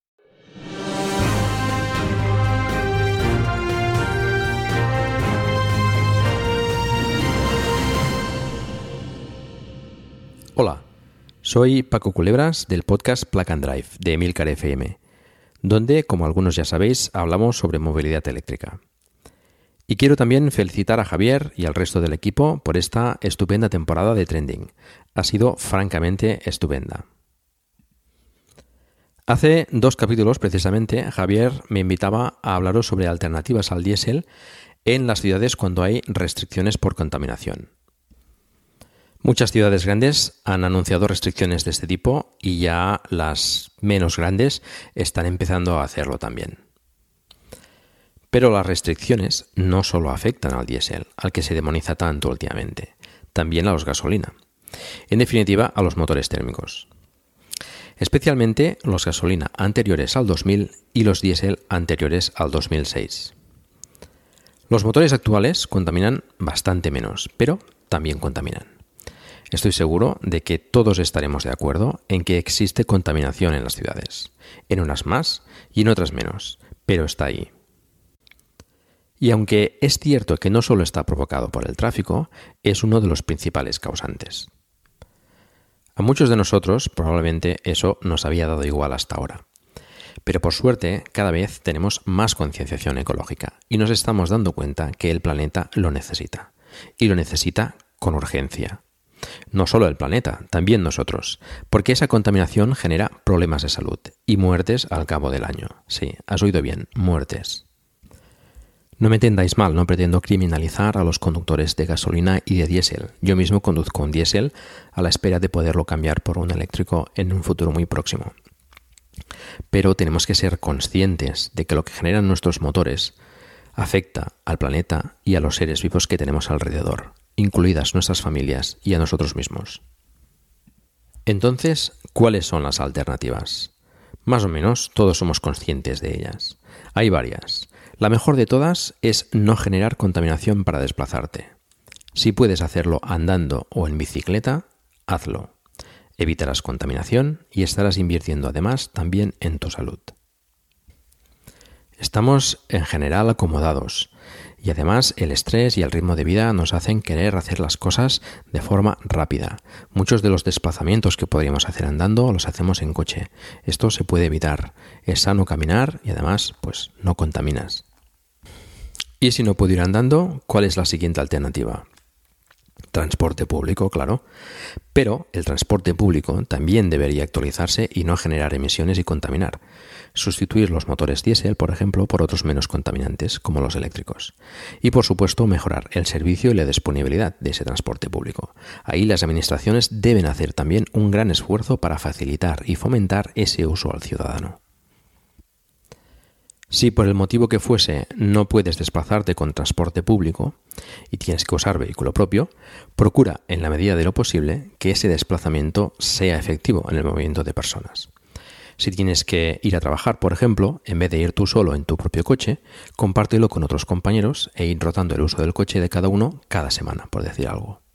Hola, soy Paco Culebras del podcast Plug and Drive de Emilcar FM, donde, como algunos ya sabéis, hablamos sobre movilidad eléctrica. Y quiero también felicitar a Javier y al resto del equipo por esta estupenda temporada de Trending. Ha sido francamente estupenda. Hace 2 capítulos, precisamente, Javier me invitaba a hablaros sobre alternativas al diésel en las ciudades cuando hay restricciones por contaminación. Muchas ciudades grandes han anunciado restricciones de este tipo y ya las menos grandes están empezando a hacerlo también. Pero las restricciones no solo afectan al diésel, al que se demoniza tanto últimamente, también a los gasolina. En definitiva, a los motores térmicos. Especialmente los gasolina anteriores al 2000 y los diésel anteriores al 2006. Los motores actuales contaminan bastante menos, pero también contaminan. Estoy seguro de que todos estaremos de acuerdo en que existe contaminación en las ciudades, en unas más y en otras menos, pero está ahí. Y aunque es cierto que no solo está provocado por el tráfico, es uno de los principales causantes. A muchos de nosotros probablemente eso nos había dado igual hasta ahora. Pero por suerte cada vez tenemos más concienciación ecológica y nos estamos dando cuenta que el planeta lo necesita. Y lo necesita con urgencia. No solo el planeta, también nosotros, porque esa contaminación genera problemas de salud y muertes al cabo del año. Sí, has oído bien, muertes. No me entendáis mal, no pretendo criminalizar a los conductores de gasolina y de diésel. Yo mismo conduzco un diésel a la espera de poderlo cambiar por un eléctrico en un futuro muy próximo. Pero tenemos que ser conscientes de que lo que generan nuestros motores afecta al planeta y a los seres vivos que tenemos alrededor, incluidas nuestras familias y a nosotros mismos. Entonces, ¿cuáles son las alternativas? Más o menos todos somos conscientes de ellas. Hay varias. La mejor de todas es no generar contaminación para desplazarte. Si puedes hacerlo andando o en bicicleta, hazlo. Evitarás contaminación y estarás invirtiendo además también en tu salud. Estamos en general acomodados y además el estrés y el ritmo de vida nos hacen querer hacer las cosas de forma rápida. Muchos de los desplazamientos que podríamos hacer andando los hacemos en coche. Esto se puede evitar. Es sano caminar y además pues no contaminas. Y si no puedo ir andando, ¿cuál es la siguiente alternativa? Transporte público, claro. Pero el transporte público también debería actualizarse y no generar emisiones y contaminar. Sustituir los motores diésel, por ejemplo, por otros menos contaminantes, como los eléctricos. Y, por supuesto, mejorar el servicio y la disponibilidad de ese transporte público. Ahí las administraciones deben hacer también un gran esfuerzo para facilitar y fomentar ese uso al ciudadano. Si por el motivo que fuese no puedes desplazarte con transporte público y tienes que usar vehículo propio, procura, en la medida de lo posible, que ese desplazamiento sea efectivo en el movimiento de personas. Si tienes que ir a trabajar, por ejemplo, en vez de ir tú solo en tu propio coche, compártelo con otros compañeros e ir rotando el uso del coche de cada uno cada semana, por decir algo.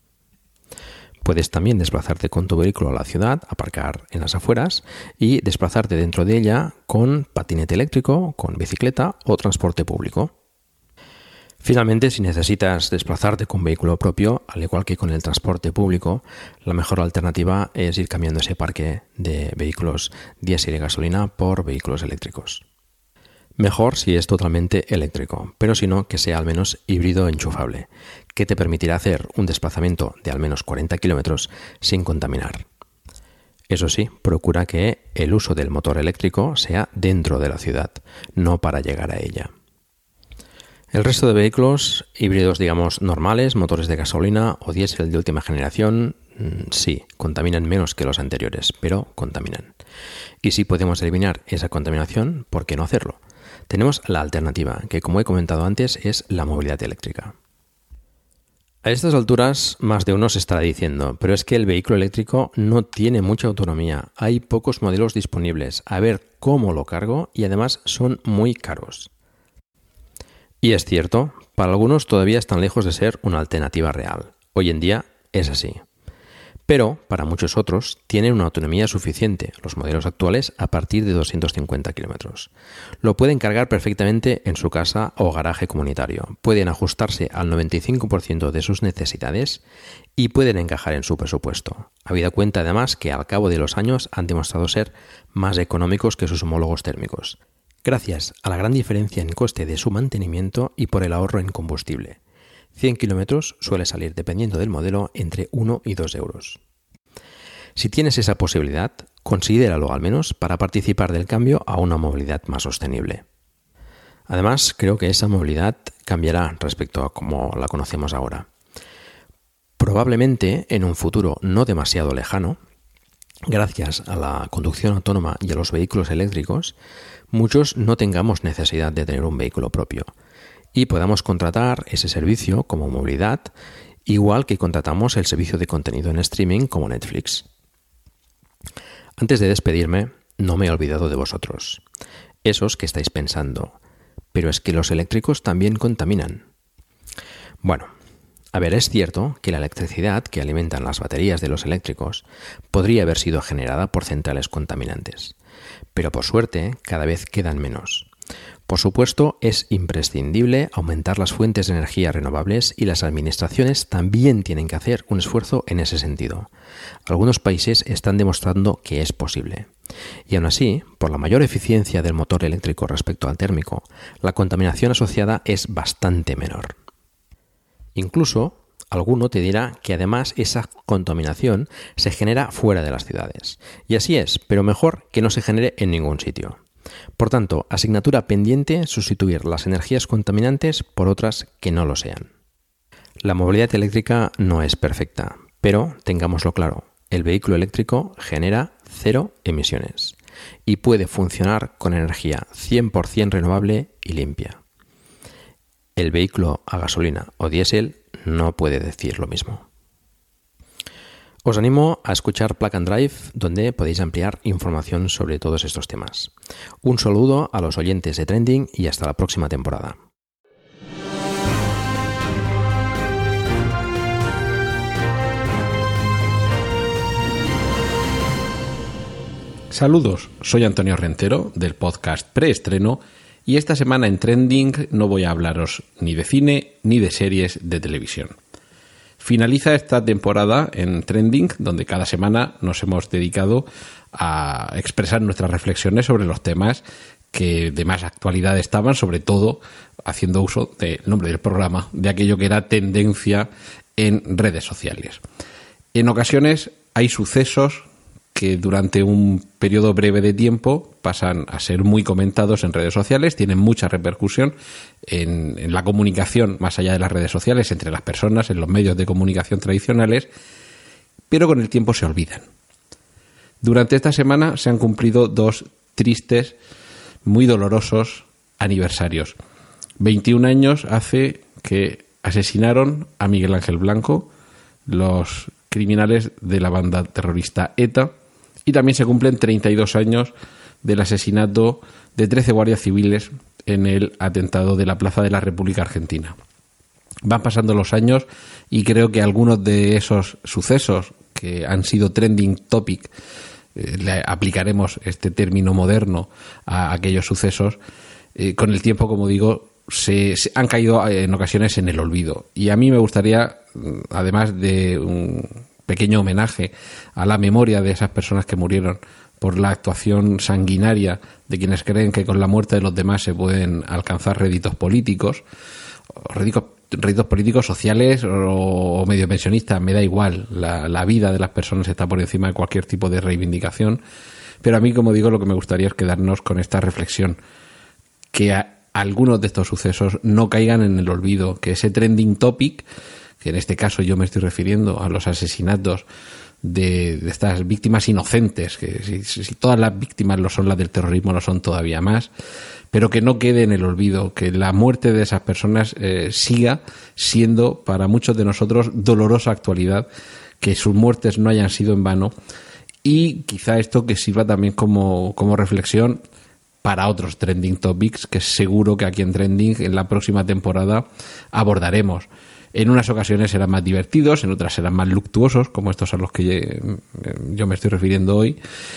Puedes también desplazarte con tu vehículo a la ciudad, aparcar en las afueras y desplazarte dentro de ella con patinete eléctrico, con bicicleta o transporte público. Finalmente, si necesitas desplazarte con vehículo propio, al igual que con el transporte público, la mejor alternativa es ir cambiando ese parque de vehículos diésel y gasolina por vehículos eléctricos. Mejor si es totalmente eléctrico, pero si no, que sea al menos híbrido enchufable, que te permitirá hacer un desplazamiento de al menos 40 kilómetros sin contaminar. Eso sí, procura que el uso del motor eléctrico sea dentro de la ciudad, no para llegar a ella. El resto de vehículos híbridos, digamos, normales, motores de gasolina o diésel de última generación, sí, contaminan menos que los anteriores, pero contaminan. Y si podemos eliminar esa contaminación, ¿por qué no hacerlo? Tenemos la alternativa, que como he comentado antes, es la movilidad eléctrica. A estas alturas, más de uno se estará diciendo, pero es que el vehículo eléctrico no tiene mucha autonomía, hay pocos modelos disponibles, a ver cómo lo cargo y además son muy caros. Y es cierto, para algunos todavía están lejos de ser una alternativa real. Hoy en día es así. Pero para muchos otros tienen una autonomía suficiente, los modelos actuales a partir de 250 kilómetros. Lo pueden cargar perfectamente en su casa o garaje comunitario, pueden ajustarse al 95% de sus necesidades y pueden encajar en su presupuesto. Habida cuenta además que al cabo de los años han demostrado ser más económicos que sus homólogos térmicos, gracias a la gran diferencia en coste de su mantenimiento y por el ahorro en combustible. 100 kilómetros suele salir, dependiendo del modelo, entre 1 y 2 euros. Si tienes esa posibilidad, considéralo al menos para participar del cambio a una movilidad más sostenible. Además, creo que esa movilidad cambiará respecto a como la conocemos ahora. Probablemente en un futuro no demasiado lejano, gracias a la conducción autónoma y a los vehículos eléctricos, muchos no tengamos necesidad de tener un vehículo propio y podamos contratar ese servicio como movilidad, igual que contratamos el servicio de contenido en streaming como Netflix. Antes de despedirme, no me he olvidado de vosotros, esos que estáis pensando, pero es que los eléctricos también contaminan. Bueno, a ver, es cierto que la electricidad que alimentan las baterías de los eléctricos podría haber sido generada por centrales contaminantes, pero por suerte cada vez quedan menos. Por supuesto, es imprescindible aumentar las fuentes de energía renovables y las administraciones también tienen que hacer un esfuerzo en ese sentido. Algunos países están demostrando que es posible. Y aún así, por la mayor eficiencia del motor eléctrico respecto al térmico, la contaminación asociada es bastante menor. Incluso, alguno te dirá que además esa contaminación se genera fuera de las ciudades. Y así es, pero mejor que no se genere en ningún sitio. Por tanto, asignatura pendiente, sustituir las energías contaminantes por otras que no lo sean. La movilidad eléctrica no es perfecta, pero tengámoslo claro, el vehículo eléctrico genera 0 emisiones y puede funcionar con energía 100% renovable y limpia. El vehículo a gasolina o diésel no puede decir lo mismo. Os animo a escuchar Plug and Drive, donde podéis ampliar información sobre todos estos temas. Un saludo a los oyentes de Trending y hasta la próxima temporada. Saludos, soy Antonio Rentero del podcast Preestreno y esta semana en Trending no voy a hablaros ni de cine ni de series de televisión. Finaliza esta temporada en Trending, donde cada semana nos hemos dedicado a expresar nuestras reflexiones sobre los temas que de más actualidad estaban, sobre todo haciendo uso del nombre del programa, de aquello que era tendencia en redes sociales. En ocasiones hay sucesos que durante un periodo breve de tiempo pasan a ser muy comentados en redes sociales, tienen mucha repercusión en la comunicación más allá de las redes sociales, entre las personas, en los medios de comunicación tradicionales, pero con el tiempo se olvidan. Durante esta semana se han cumplido 2 tristes, muy dolorosos aniversarios. 21 años hace que asesinaron a Miguel Ángel Blanco, los criminales de la banda terrorista ETA, y también se cumplen 32 años del asesinato de 13 guardias civiles en el atentado de la Plaza de la República Argentina. Van pasando los años y creo que algunos de esos sucesos que han sido trending topic, le aplicaremos este término moderno a aquellos sucesos, con el tiempo, como digo, se han caído en ocasiones en el olvido. Y a mí me gustaría, además de un pequeño homenaje a la memoria de esas personas que murieron por la actuación sanguinaria de quienes creen que con la muerte de los demás se pueden alcanzar réditos políticos, réditos políticos, sociales o medio pensionistas, me da igual, la vida de las personas está por encima de cualquier tipo de reivindicación, pero a mí, como digo, lo que me gustaría es quedarnos con esta reflexión, que algunos de estos sucesos no caigan en el olvido, que ese trending topic, que en este caso yo me estoy refiriendo a los asesinatos de estas víctimas inocentes, que si todas las víctimas lo son, las del terrorismo lo son todavía más, pero que no quede en el olvido, que la muerte de esas personas siga siendo para muchos de nosotros dolorosa actualidad, que sus muertes no hayan sido en vano, y quizá esto que sirva también como reflexión para otros trending topics que seguro que aquí en Trending en la próxima temporada abordaremos. En unas ocasiones serán más divertidos, en otras serán más luctuosos, como estos a los que yo me estoy refiriendo hoy,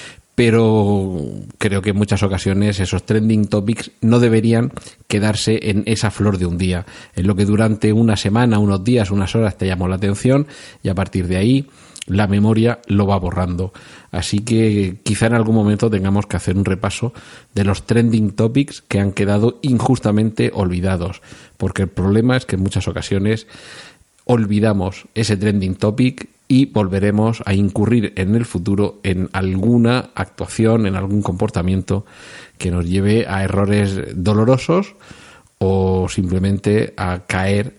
pero creo que en muchas ocasiones esos trending topics no deberían quedarse en esa flor de un día, en lo que durante una semana, unos días, unas horas te llamó la atención y a partir de ahí la memoria lo va borrando. Así que quizá en algún momento tengamos que hacer un repaso de los trending topics que han quedado injustamente olvidados, porque el problema es que en muchas ocasiones olvidamos ese trending topic y volveremos a incurrir en el futuro en alguna actuación, en algún comportamiento que nos lleve a errores dolorosos o simplemente a caer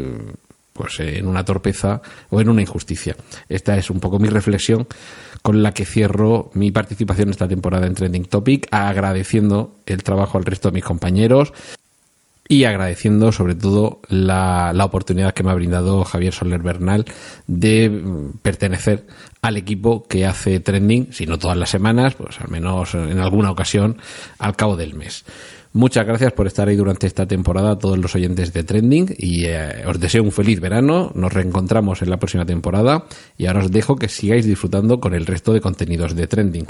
en una torpeza o en una injusticia. Esta es un poco mi reflexión con la que cierro mi participación esta temporada en Trending Topic, agradeciendo el trabajo al resto de mis compañeros y agradeciendo sobre todo la oportunidad que me ha brindado Javier Soler Bernal de pertenecer al equipo que hace Trending, si no todas las semanas, pues al menos en alguna ocasión al cabo del mes. Muchas gracias por estar ahí durante esta temporada a todos los oyentes de Trending y os deseo un feliz verano. Nos reencontramos en la próxima temporada y ahora os dejo que sigáis disfrutando con el resto de contenidos de Trending.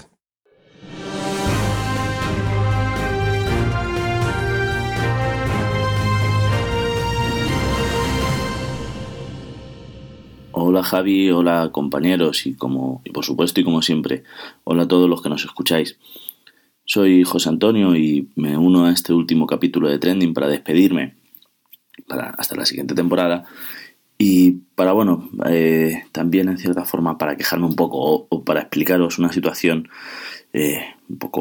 Hola Javi, hola compañeros y por supuesto y como siempre, hola a todos los que nos escucháis. Soy José Antonio y me uno a este último capítulo de Trending para despedirme hasta la siguiente temporada y para, también en cierta forma para quejarme un poco o para explicaros una situación un poco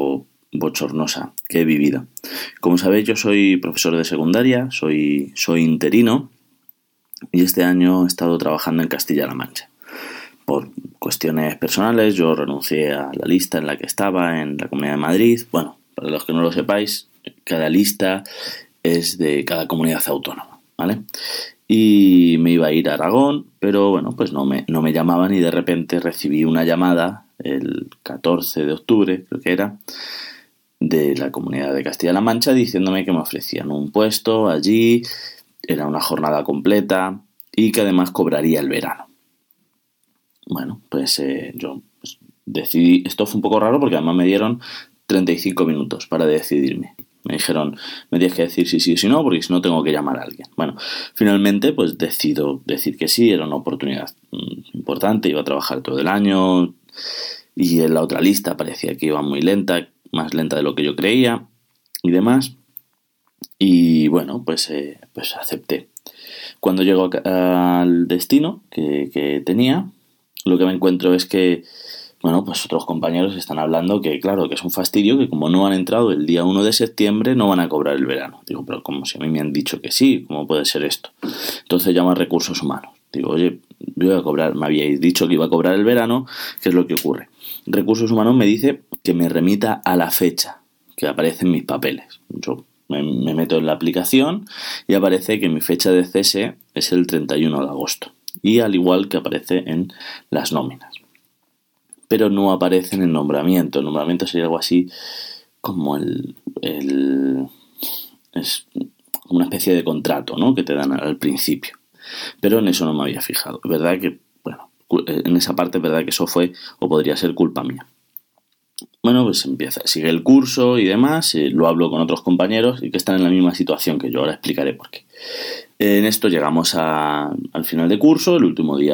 bochornosa que he vivido. Como sabéis, yo soy profesor de secundaria, soy interino, y este año he estado trabajando en Castilla-La Mancha. Por cuestiones personales, yo renuncié a la lista en la que estaba en la Comunidad de Madrid. Bueno, para los que no lo sepáis, cada lista es de cada comunidad autónoma, ¿vale? Y me iba a ir a Aragón, pero bueno, pues no me llamaban, y de repente recibí una llamada el 14 de octubre, creo que era, de la Comunidad de Castilla-La Mancha, diciéndome que me ofrecían un puesto allí, era una jornada completa y que además cobraría el verano. Bueno, pues yo decidí. Esto fue un poco raro porque además me dieron 35 minutos para decidirme. Me dijeron, me tienes que decir si sí o si no, porque si no tengo que llamar a alguien. Bueno, finalmente pues decido decir que sí, era una oportunidad importante, iba a trabajar todo el año y en la otra lista parecía que iba muy lenta, más lenta de lo que yo creía y demás. Y bueno, pues acepté. Cuando llego al destino que tenía, lo que me encuentro es que, bueno, pues otros compañeros están hablando que, claro, que es un fastidio, que como no han entrado el día 1 de septiembre no van a cobrar el verano. Digo, pero como si a mí me han dicho que sí, ¿cómo puede ser esto? Entonces llamo a Recursos Humanos. Digo, oye, yo voy a cobrar, me habíais dicho que iba a cobrar el verano, ¿qué es lo que ocurre? Recursos Humanos me dice que me remita a la fecha que aparece en mis papeles. Yo me meto en la aplicación y aparece que mi fecha de cese es el 31 de agosto. Y al igual que aparece en las nóminas. Pero no aparece en el nombramiento. El nombramiento sería algo así como es una especie de contrato, ¿no?, que te dan al principio. Pero en eso no me había fijado. Es verdad que, bueno, en esa parte es verdad que eso fue o podría ser culpa mía. Bueno, pues sigue el curso y demás, lo hablo con otros compañeros y que están en la misma situación que yo, ahora explicaré por qué. En esto llegamos al final de curso, el último día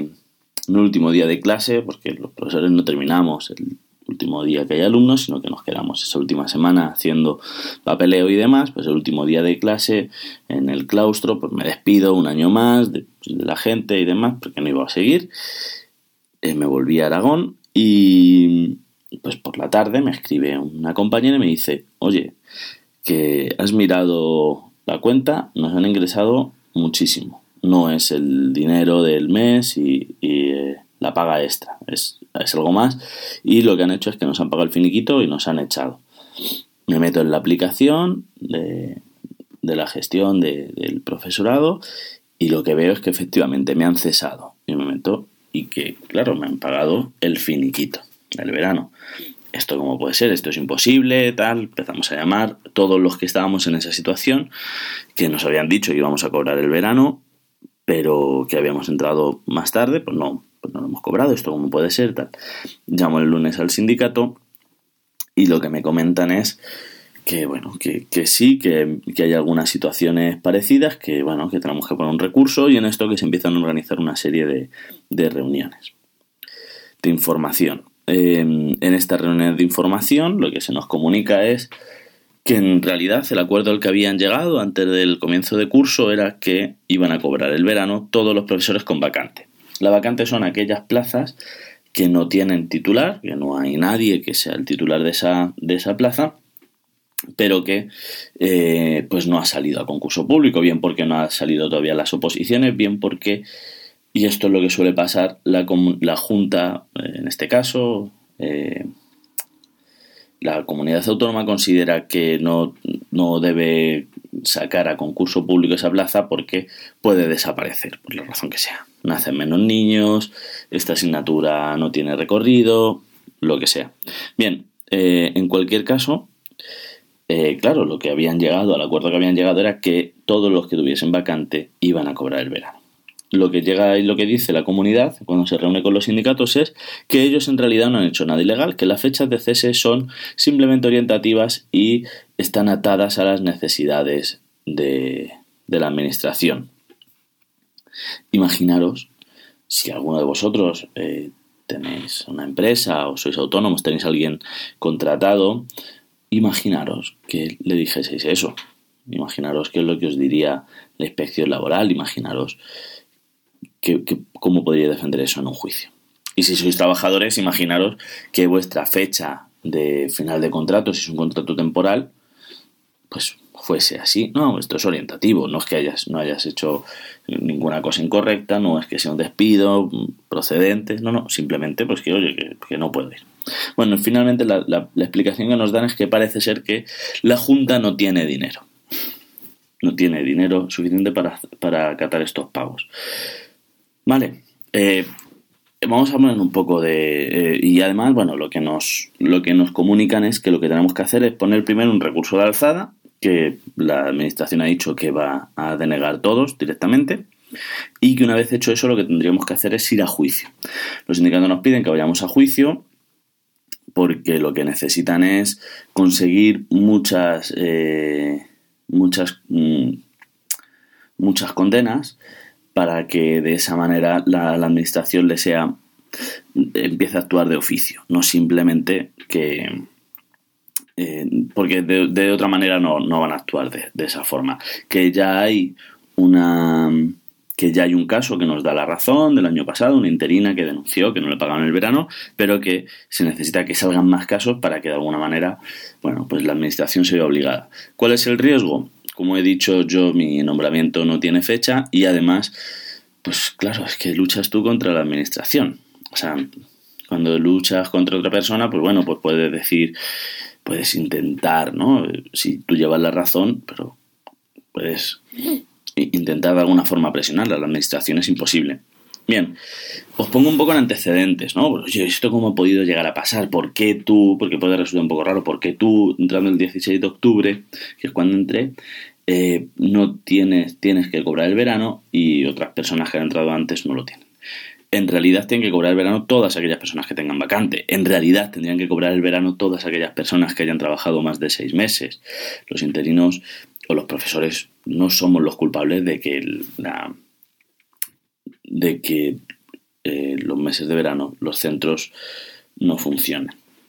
de clase, porque los profesores no terminamos el último día que hay alumnos, sino que nos quedamos esa última semana haciendo papeleo y demás. Pues el último día de clase en el claustro, pues me despido un año más de la gente y demás, porque no iba a seguir. Me volví a Aragón y pues por la tarde me escribe una compañera y me dice, oye, que has mirado la cuenta, nos han ingresado muchísimo. No es el dinero del mes y la paga extra, es algo más, y lo que han hecho es que nos han pagado el finiquito y nos han echado. Me meto en la aplicación de la gestión del profesorado y lo que veo es que efectivamente me han cesado. Y me meto y que, claro, me han pagado el finiquito del verano. ¿Esto cómo puede ser? Esto es imposible, tal. Empezamos a llamar todos los que estábamos en esa situación, que nos habían dicho que íbamos a cobrar el verano, pero que habíamos entrado más tarde, pues no lo hemos cobrado. ¿Esto cómo puede ser? Tal. Llamo el lunes al sindicato y lo que me comentan es que, bueno, que sí, que hay algunas situaciones parecidas, que, bueno, que tenemos que poner un recurso, y en esto que se empiezan a organizar una serie de reuniones de información. En estas reuniones de información lo que se nos comunica es que en realidad el acuerdo al que habían llegado antes del comienzo de curso era que iban a cobrar el verano todos los profesores con vacante. La vacante son aquellas plazas que no tienen titular, que no hay nadie que sea el titular de esa plaza, pero que pues no ha salido a concurso público, bien porque no ha salido todavía las oposiciones, bien porque, y esto es lo que suele pasar, la Junta, en este caso, la comunidad autónoma considera que no debe sacar a concurso público esa plaza porque puede desaparecer, por la razón que sea. Nacen menos niños, esta asignatura no tiene recorrido, lo que sea. Bien, en cualquier caso, claro, lo que habían llegado, al acuerdo que habían llegado era que todos los que tuviesen vacante iban a cobrar el verano. Lo que llega y lo que dice la comunidad cuando se reúne con los sindicatos es que ellos en realidad no han hecho nada ilegal, que las fechas de cese son simplemente orientativas y están atadas a las necesidades de la administración. Imaginaros si alguno de vosotros tenéis una empresa o sois autónomos, tenéis a alguien contratado, imaginaros que le dijeseis eso. Imaginaros qué es lo que os diría la inspección laboral, imaginaros cómo podría defender eso en un juicio. Y si sois trabajadores, imaginaros que vuestra fecha de final de contrato, si es un contrato temporal, pues fuese así. No, esto es orientativo, no es que no hayas hecho ninguna cosa incorrecta, no es que sea un despido procedente, no, simplemente pues que, oye, que no puedo ir. Bueno, finalmente la explicación que nos dan es que parece ser que la Junta no tiene dinero. No tiene dinero suficiente para acatar estos pagos. Vale, vamos a hablar un poco de... y además, bueno, lo que nos comunican es que lo que tenemos que hacer es poner primero un recurso de alzada, que la administración ha dicho que va a denegar todos directamente, y que una vez hecho eso lo que tendríamos que hacer es ir a juicio. Los sindicatos nos piden que vayamos a juicio porque lo que necesitan es conseguir muchas condenas para que de esa manera la administración empiece a actuar de oficio, no simplemente que... porque de otra manera no van a actuar de esa forma. Que ya hay un caso que nos da la razón del año pasado, una interina que denunció que no le pagaban el verano, pero que se necesita que salgan más casos para que de alguna manera, bueno, pues la administración se vea obligada. ¿Cuál es el riesgo? Como he dicho yo, mi nombramiento no tiene fecha y además, pues claro, es que luchas tú contra la administración. O sea, cuando luchas contra otra persona, pues bueno, pues puedes intentar, ¿no? Si tú llevas la razón, pero puedes intentar de alguna forma presionarla. La administración es imposible. Bien, os pongo un poco en antecedentes, ¿no? Oye, ¿esto cómo ha podido llegar a pasar? ¿Por qué tú? Porque puede resultar un poco raro. ¿Por qué tú, entrando el 16 de octubre, que es cuando entré, no tienes que cobrar el verano y otras personas que han entrado antes no lo tienen? En realidad tienen que cobrar el verano todas aquellas personas que tengan vacante. En realidad tendrían que cobrar el verano todas aquellas personas que hayan trabajado más de 6 meses. Los interinos o los profesores no somos los culpables de que los meses de verano los centros no funcionen.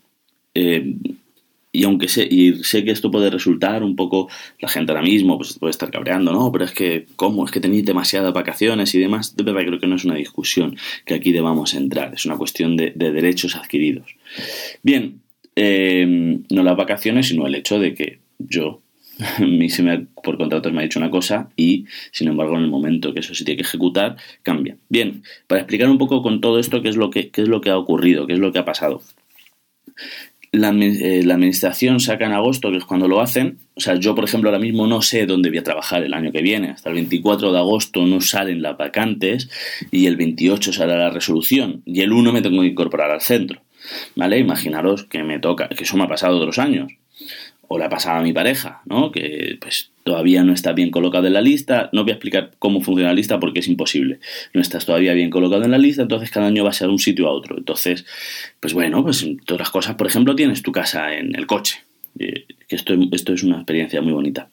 Y aunque sé que esto puede resultar un poco, la gente ahora mismo pues puede estar cabreando, ¿no? Pero es que, ¿cómo? Es que tenéis demasiadas vacaciones y demás. De verdad creo que no es una discusión que aquí debamos entrar. Es una cuestión de derechos adquiridos. Bien, no las vacaciones, sino el hecho de que a mí por contrato me ha dicho una cosa y, sin embargo, en el momento que eso se tiene que ejecutar, cambia. Bien, para explicar un poco con todo esto qué es lo que ha ocurrido, qué es lo que ha pasado. La administración saca en agosto, que es cuando lo hacen. O sea, yo, por ejemplo, ahora mismo no sé dónde voy a trabajar el año que viene. Hasta el 24 de agosto no salen las vacantes y el 28 sale la resolución y el 1 me tengo que incorporar al centro. ¿Vale? Imaginaros que me toca, que eso me ha pasado otros años. O le ha pasado a mi pareja, ¿no? Que pues todavía no está bien colocado en la lista. No voy a explicar cómo funciona la lista porque es imposible. No estás todavía bien colocado en la lista, entonces cada año vas a un sitio a otro. Entonces, pues bueno, pues en todas las cosas, por ejemplo, tienes tu casa en el coche. Que esto es una experiencia muy bonita.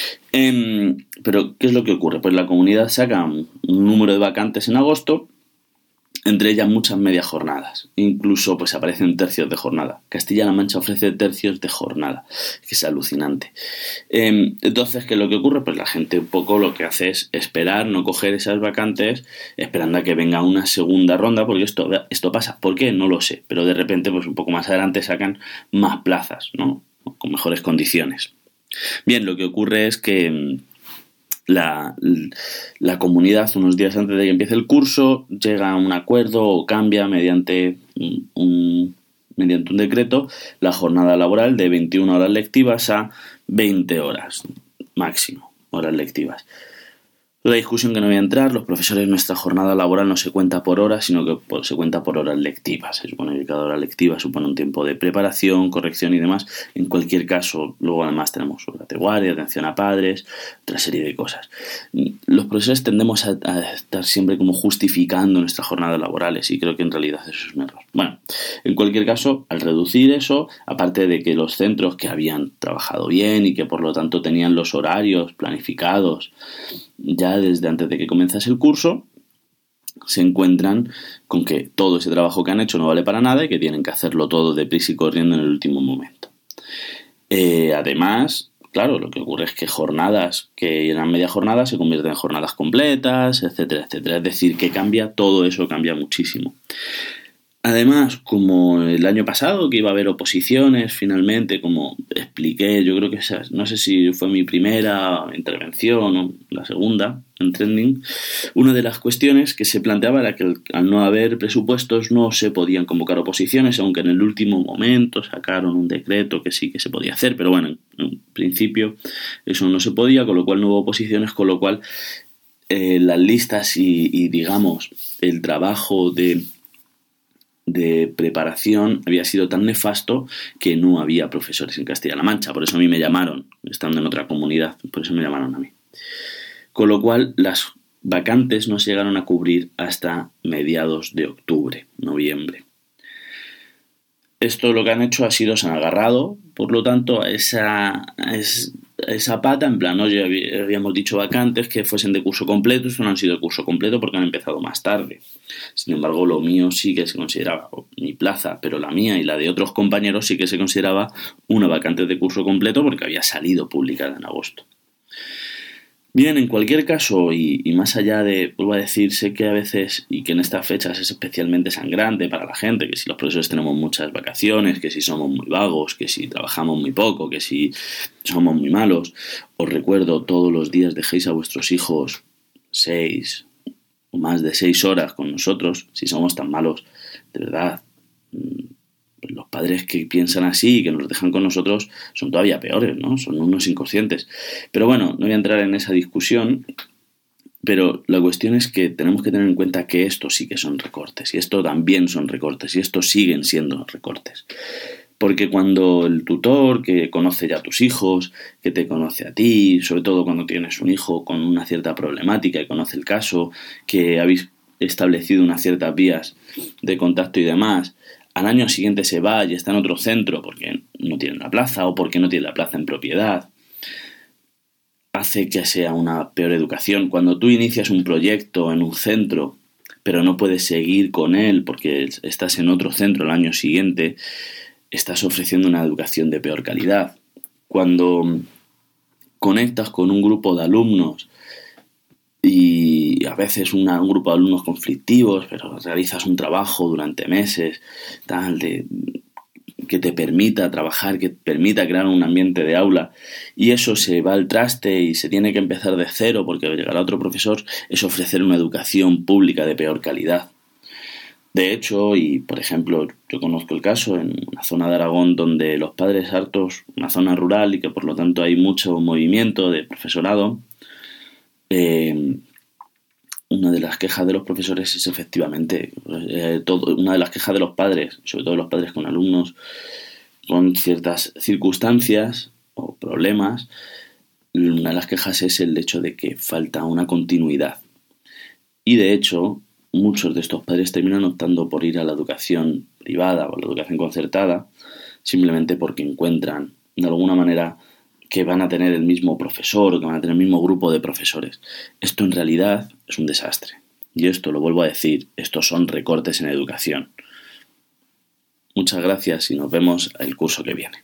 Pero, ¿qué es lo que ocurre? Pues la comunidad saca un número de vacantes en agosto, entre ellas muchas medias jornadas, incluso pues aparecen tercios de jornada. Castilla-La Mancha ofrece tercios de jornada, que es alucinante. Entonces, ¿qué es lo que ocurre? Pues la gente un poco lo que hace es esperar, no coger esas vacantes, esperando a que venga una segunda ronda, porque esto pasa. ¿Por qué? No lo sé, pero de repente pues un poco más adelante sacan más plazas, ¿no? Con mejores condiciones. Bien, lo que ocurre es que la comunidad, unos días antes de que empiece el curso, llega a un acuerdo o cambia mediante un decreto la jornada laboral de 21 horas lectivas a 20 horas máximo, horas lectivas. La discusión que no voy a entrar, los profesores, nuestra jornada laboral no se cuenta por horas, sino que se cuenta por horas lectivas. Se supone que cada hora lectiva supone un tiempo de preparación, corrección y demás. En cualquier caso, luego además tenemos horas de guardia, atención a padres, otra serie de cosas. Los profesores tendemos a estar siempre como justificando nuestras jornadas laborales y creo que en realidad eso es un error. Bueno, en cualquier caso, al reducir eso, aparte de que los centros que habían trabajado bien y que por lo tanto tenían los horarios planificados ya desde antes de que comenzase el curso, se encuentran con que todo ese trabajo que han hecho no vale para nada y que tienen que hacerlo todo deprisa y corriendo en el último momento. Además, claro, lo que ocurre es que jornadas que eran media jornada se convierten en jornadas completas, etcétera, etcétera. Es decir, que todo eso cambia muchísimo. Además, como el año pasado, que iba a haber oposiciones, finalmente, como expliqué, yo creo que no sé si fue mi primera intervención o la segunda en Trending, una de las cuestiones que se planteaba era que al no haber presupuestos no se podían convocar oposiciones, aunque en el último momento sacaron un decreto que sí que se podía hacer, pero bueno, en principio eso no se podía, con lo cual no hubo oposiciones, con lo cual las listas y digamos el trabajo de preparación había sido tan nefasto que no había profesores en Castilla-La Mancha. Por eso a mí me llamaron, estando en otra comunidad, por eso me llamaron a mí. Con lo cual las vacantes no se llegaron a cubrir hasta mediados de octubre, noviembre. Esto lo que han hecho ha sido, se han agarrado, por lo tanto, a esa pata, en plan, oye, habíamos dicho vacantes que fuesen de curso completo, esto no han sido de curso completo porque han empezado más tarde. Sin embargo, lo mío sí que se consideraba, mi plaza, pero la mía y la de otros compañeros sí que se consideraba una vacante de curso completo porque había salido publicada en agosto. Bien, en cualquier caso, y más allá de, vuelvo a decir, sé que a veces, y que en estas fechas es especialmente sangrante para la gente, que si los profesores tenemos muchas vacaciones, que si somos muy vagos, que si trabajamos muy poco, que si somos muy malos, os recuerdo, todos los días dejéis a vuestros hijos 6 o más de 6 horas con nosotros, si somos tan malos, de verdad. Los padres que piensan así y que nos dejan con nosotros son todavía peores, ¿no? Son unos inconscientes. Pero bueno, no voy a entrar en esa discusión, pero la cuestión es que tenemos que tener en cuenta que esto sí que son recortes, y esto también son recortes, y estos siguen siendo recortes. Porque cuando el tutor que conoce ya a tus hijos, que te conoce a ti, sobre todo cuando tienes un hijo con una cierta problemática y conoce el caso, que habéis establecido unas ciertas vías de contacto y demás, al año siguiente se va y está en otro centro porque no tiene la plaza o porque no tiene la plaza en propiedad, hace que sea una peor educación. Cuando tú inicias un proyecto en un centro pero no puedes seguir con él porque estás en otro centro el año siguiente, estás ofreciendo una educación de peor calidad. Cuando conectas con un grupo de alumnos y a veces un grupo de alumnos conflictivos, pero realizas un trabajo durante meses que te permita trabajar, que permita crear un ambiente de aula, y eso se va al traste y se tiene que empezar de cero porque llegará otro profesor, es ofrecer una educación pública de peor calidad. De hecho, y por ejemplo, yo conozco el caso en una zona de Aragón donde los padres hartos, una zona rural y que por lo tanto hay mucho movimiento de profesorado, una de las quejas de los profesores es efectivamente, una de las quejas de los padres, sobre todo los padres con alumnos con ciertas circunstancias o problemas, una de las quejas es el hecho de que falta una continuidad. Y de hecho, muchos de estos padres terminan optando por ir a la educación privada o a la educación concertada simplemente porque encuentran de alguna manera que van a tener el mismo profesor o que van a tener el mismo grupo de profesores. Esto en realidad es un desastre. Y esto, lo vuelvo a decir, estos son recortes en educación. Muchas gracias y nos vemos el curso que viene.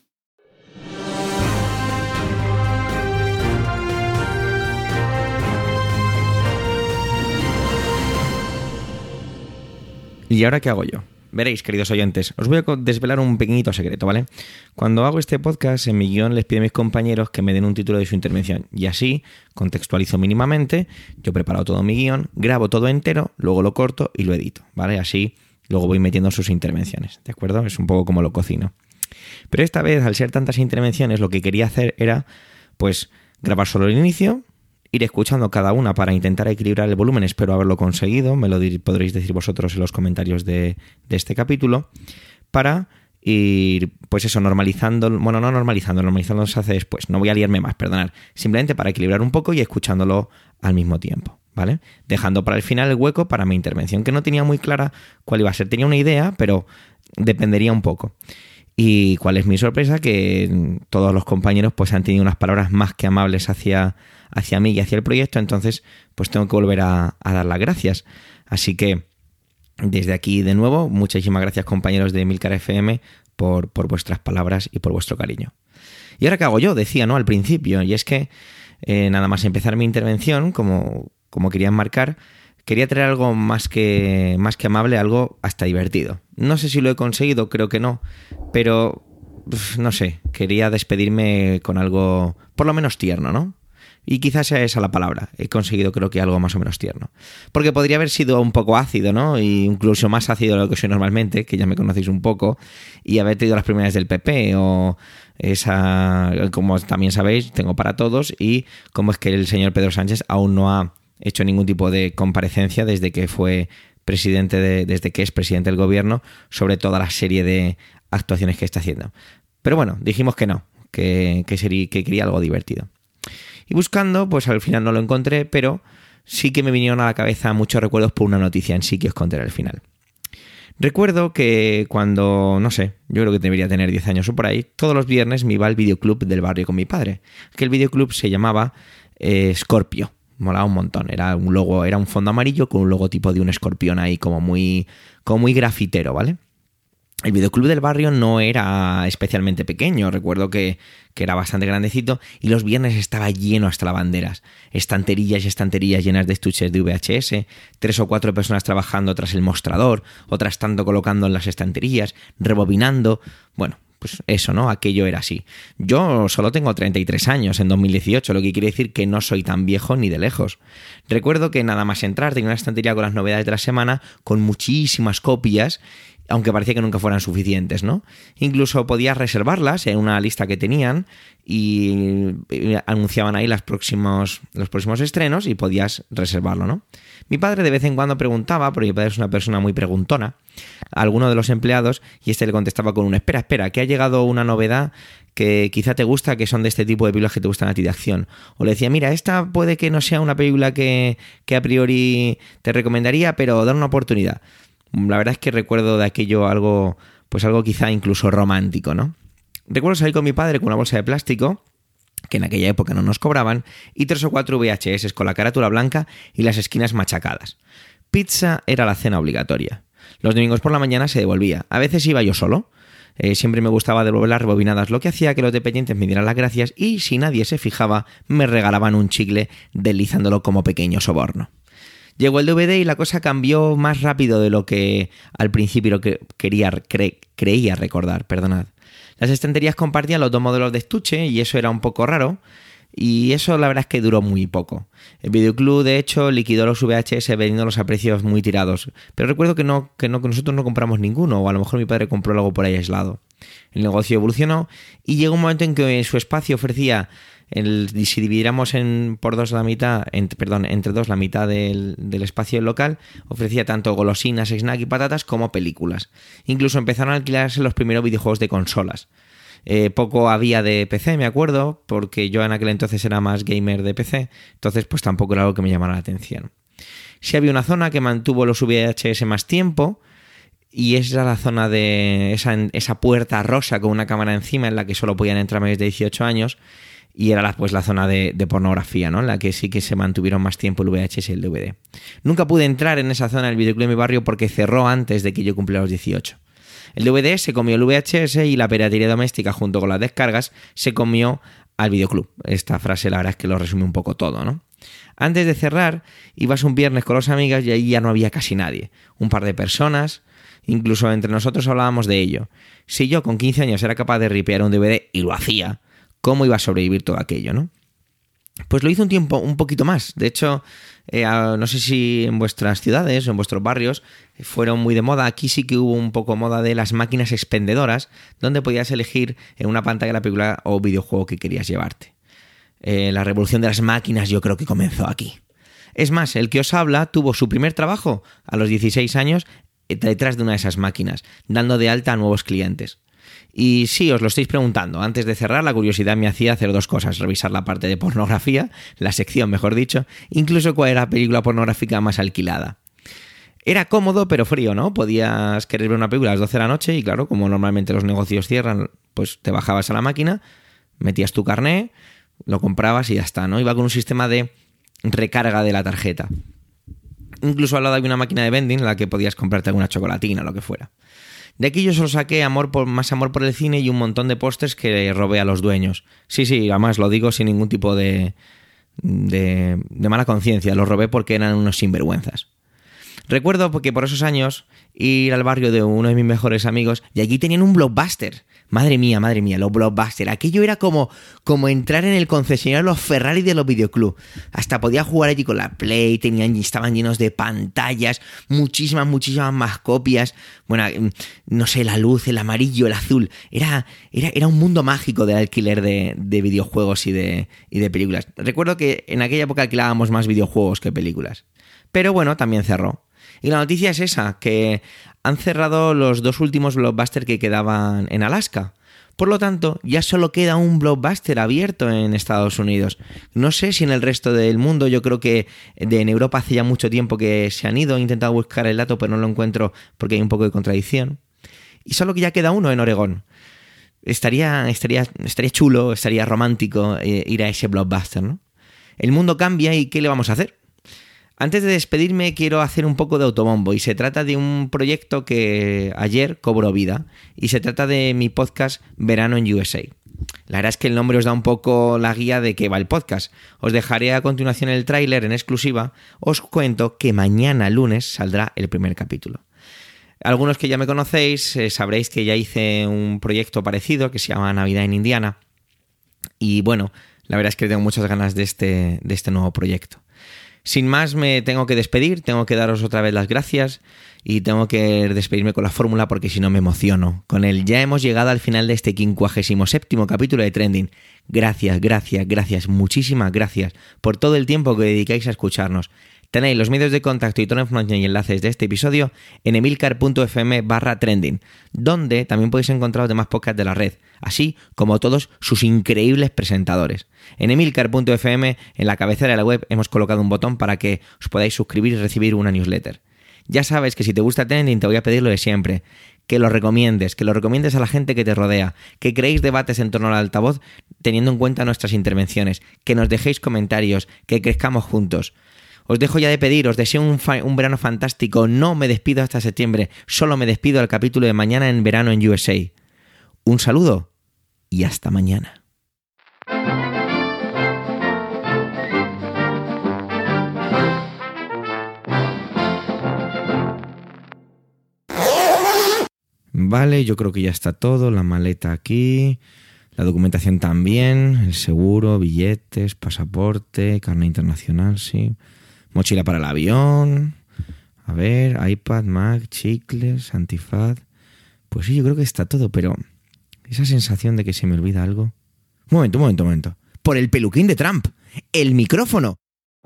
¿Y ahora qué hago yo? Veréis, queridos oyentes, os voy a desvelar un pequeñito secreto, ¿vale? Cuando hago este podcast, en mi guión les pido a mis compañeros que me den un título de su intervención. Y así contextualizo mínimamente, yo he preparado todo mi guión, grabo todo entero, luego lo corto y lo edito, ¿vale? Así luego voy metiendo sus intervenciones, ¿de acuerdo? Es un poco como lo cocino. Pero esta vez, al ser tantas intervenciones, lo que quería hacer era, pues, grabar solo el inicio, ir escuchando cada una para intentar equilibrar el volumen. Espero haberlo conseguido, me lo podréis decir vosotros en los comentarios de este capítulo, para ir, pues eso, normalizando, bueno, no normalizando se hace después, no voy a liarme más, perdonad, simplemente para equilibrar un poco y escuchándolo al mismo tiempo, ¿vale? Dejando para el final el hueco para mi intervención, que no tenía muy clara cuál iba a ser, tenía una idea, pero dependería un poco. Y cuál es mi sorpresa, que todos los compañeros pues han tenido unas palabras más que amables hacia mí y hacia el proyecto, entonces pues tengo que volver a dar las gracias. Así que desde aquí de nuevo, muchísimas gracias compañeros de Emilcar FM por vuestras palabras y por vuestro cariño. ¿Y ahora qué hago yo? Decía, ¿no? Al principio, y es que nada más empezar mi intervención, como quería enmarcar, Quería traer algo más que amable, algo hasta divertido. No sé si lo he conseguido, creo que no, pero no sé, quería despedirme con algo por lo menos tierno, ¿no? Y quizás sea esa la palabra. He conseguido, creo que algo más o menos tierno. Porque podría haber sido un poco ácido, ¿no? Y incluso más ácido de lo que soy normalmente, que ya me conocéis un poco, y haber tenido las primeras del PP, o esa, como también sabéis, tengo para todos, y cómo es que el señor Pedro Sánchez aún no ha hecho ningún tipo de comparecencia desde que fue desde que es presidente del gobierno, sobre toda la serie de actuaciones que está haciendo. Pero bueno, dijimos que no, que quería algo divertido. Y buscando, pues al final no lo encontré, pero sí que me vinieron a la cabeza muchos recuerdos por una noticia en sí que os contaré al final. Recuerdo que cuando, no sé, yo creo que debería tener 10 años o por ahí, todos los viernes me iba al videoclub del barrio con mi padre. Que el videoclub se llamaba Scorpio. Molaba un montón. Era un fondo amarillo con un logotipo de un escorpión ahí como muy grafitero, ¿vale? El videoclub del barrio no era especialmente pequeño, recuerdo que era bastante grandecito, y los viernes estaba lleno hasta las banderas. Estanterillas y estanterillas llenas de estuches de VHS, 3 o 4 personas trabajando tras el mostrador, otras tanto colocando en las estanterillas, rebobinando. Bueno, pues eso, ¿no? Aquello era así. Yo solo tengo 33 años en 2018, lo que quiere decir que no soy tan viejo ni de lejos. Recuerdo que nada más entrar tenía una estantería con las novedades de la semana, con muchísimas copias, aunque parecía que nunca fueran suficientes, ¿no? Incluso podías reservarlas en una lista que tenían y anunciaban ahí los próximos estrenos y podías reservarlo, ¿no? Mi padre de vez en cuando preguntaba, porque mi padre es una persona muy preguntona, a alguno de los empleados, y este le contestaba con un espera, que ha llegado una novedad que quizá te gusta, que son de este tipo de películas que te gustan a ti de acción. O le decía, mira, esta puede que no sea una película que a priori te recomendaría, pero dar una oportunidad. La verdad es que recuerdo de aquello algo quizá incluso romántico, ¿no? Recuerdo salir con mi padre con una bolsa de plástico, que en aquella época no nos cobraban, y 3 o 4 VHS con la carátula blanca y las esquinas machacadas. Pizza era la cena obligatoria. Los domingos por la mañana se devolvía. A veces iba yo solo. Siempre me gustaba devolver las rebobinadas, lo que hacía que los dependientes me dieran las gracias y, si nadie se fijaba, me regalaban un chicle deslizándolo como pequeño soborno. Llegó el DVD y la cosa cambió más rápido de lo que al principio lo que creía recordar, perdonad. Las estanterías compartían los 2 modelos de estuche y eso era un poco raro, y eso la verdad es que duró muy poco. El videoclub de hecho liquidó los VHS vendiéndolos a precios muy tirados, pero recuerdo que nosotros no compramos ninguno, o a lo mejor mi padre compró algo por ahí aislado. El negocio evolucionó y llegó un momento en que su espacio ofrecía, si dividiéramos entre dos la mitad del espacio local, ofrecía tanto golosinas, snack y patatas como películas. Incluso empezaron a alquilarse los primeros videojuegos de consolas. Poco había de PC, me acuerdo, porque yo en aquel entonces era más gamer de PC, entonces pues tampoco era algo que me llamara la atención. Sí había una zona que mantuvo los VHS más tiempo, y esa era la zona de esa puerta rosa con una cámara encima en la que solo podían entrar mayores de 18 años, y era la zona de pornografía, ¿no? En la que sí que se mantuvieron más tiempo el VHS y el DVD. Nunca pude entrar en esa zona del videoclub de mi barrio porque cerró antes de que yo cumpliera los 18. El DVD se comió el VHS y la piratería doméstica junto con las descargas se comió al videoclub. Esta frase la verdad es que lo resume un poco todo, ¿no? Antes de cerrar, ibas un viernes con los amigos y ahí ya no había casi nadie. Un par de personas, incluso entre nosotros hablábamos de ello. Si yo con 15 años era capaz de ripear un DVD y lo hacía, ¿cómo iba a sobrevivir todo aquello, no? Pues lo hizo un poquito más. De hecho, no sé si en vuestras ciudades o en vuestros barrios fueron muy de moda. Aquí sí que hubo un poco moda de las máquinas expendedoras, donde podías elegir en una pantalla la película o videojuego que querías llevarte. La revolución de las máquinas yo creo que comenzó aquí. Es más, el que os habla tuvo su primer trabajo a los 16 años detrás de una de esas máquinas, dando de alta a nuevos clientes. Y sí, os lo estáis preguntando, antes de cerrar la curiosidad me hacía hacer 2 cosas: revisar la parte de pornografía, la sección mejor dicho, incluso cuál era la película pornográfica más alquilada. Era cómodo pero frío, ¿no? Podías querer ver una película a las 12 de la noche y claro, como normalmente los negocios cierran, pues te bajabas a la máquina, metías tu carné, lo comprabas y ya está, ¿no? Iba con un sistema de recarga de la tarjeta. Incluso al lado había una máquina de vending en la que podías comprarte alguna chocolatina o lo que fuera. De aquí yo solo saqué más amor por el cine y un montón de pósters que robé a los dueños. Sí, además lo digo sin ningún tipo de mala conciencia. Los robé porque eran unos sinvergüenzas. Recuerdo porque por esos años ir al barrio de uno de mis mejores amigos y allí tenían un Blockbuster. Madre mía, los Blockbuster. Aquello era como entrar en el concesionario de los Ferrari de los videoclubs. Hasta podía jugar allí con la Play, estaban llenos de pantallas, muchísimas más copias. Bueno, no sé, la luz, el amarillo, el azul. Era un mundo mágico de alquiler de videojuegos y de películas. Recuerdo que en aquella época alquilábamos más videojuegos que películas. Pero bueno, también cerró. Y la noticia es esa, que han cerrado los 2 últimos Blockbuster que quedaban en Alaska. Por lo tanto, ya solo queda un Blockbuster abierto en Estados Unidos. No sé si en el resto del mundo, yo creo que en Europa hace ya mucho tiempo que se han ido. He intentado buscar el dato, pero no lo encuentro porque hay un poco de contradicción. Y solo que ya queda uno en Oregón. Estaría chulo, estaría romántico ir a ese Blockbuster, ¿no? El mundo cambia y ¿qué le vamos a hacer? Antes de despedirme quiero hacer un poco de autobombo y se trata de un proyecto que ayer cobró vida y se trata de mi podcast Verano en USA. La verdad es que el nombre os da un poco la guía de qué va el podcast. Os dejaré a continuación el tráiler en exclusiva. Os cuento que mañana lunes saldrá el primer capítulo. Algunos que ya me conocéis sabréis que ya hice un proyecto parecido que se llama Navidad en Indiana y bueno, la verdad es que tengo muchas ganas de este nuevo proyecto. Sin más, me tengo que despedir, tengo que daros otra vez las gracias y tengo que despedirme con la fórmula porque si no me emociono. Con él ya hemos llegado al final de este 57º capítulo de Trending. Gracias, muchísimas gracias por todo el tiempo que dedicáis a escucharnos. Tenéis los medios de contacto y toda la información y enlaces de este episodio en emilcar.fm/trending, donde también podéis encontrar los demás podcasts de la red, así como todos sus increíbles presentadores. En emilcar.fm, en la cabecera de la web, hemos colocado un botón para que os podáis suscribir y recibir una newsletter. Ya sabes que si te gusta Trending te voy a pedir lo de siempre, que lo recomiendes a la gente que te rodea, que creéis debates en torno al altavoz teniendo en cuenta nuestras intervenciones, que nos dejéis comentarios, que crezcamos juntos. Os dejo ya de pedir, os deseo un verano fantástico, no me despido hasta septiembre, solo me despido al capítulo de mañana en Verano en USA. Un saludo y hasta mañana. Vale, yo creo que ya está todo, la maleta aquí, la documentación también, el seguro, billetes, pasaporte, carnet internacional, sí. Mochila para el avión, a ver, iPad, Mac, chicles, antifaz. Pues sí, yo creo que está todo, pero esa sensación de que se me olvida algo. Un momento. Por el peluquín de Trump, el micrófono.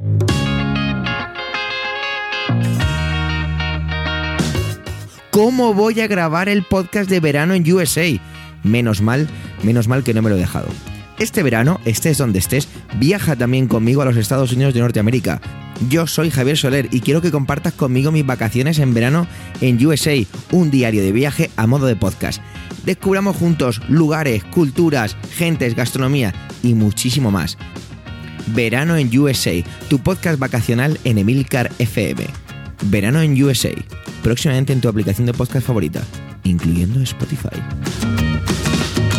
¿Cómo voy a grabar el podcast de Verano en USA? Menos mal que no me lo he dejado. Este verano, estés donde estés, viaja también conmigo a los Estados Unidos de Norteamérica. Yo soy Javier Soler y quiero que compartas conmigo mis vacaciones en verano en USA, un diario de viaje a modo de podcast. Descubramos juntos lugares, culturas, gentes, gastronomía y muchísimo más. Verano en USA, tu podcast vacacional en Emilcar FM. Verano en USA, próximamente en tu aplicación de podcast favorita, incluyendo Spotify.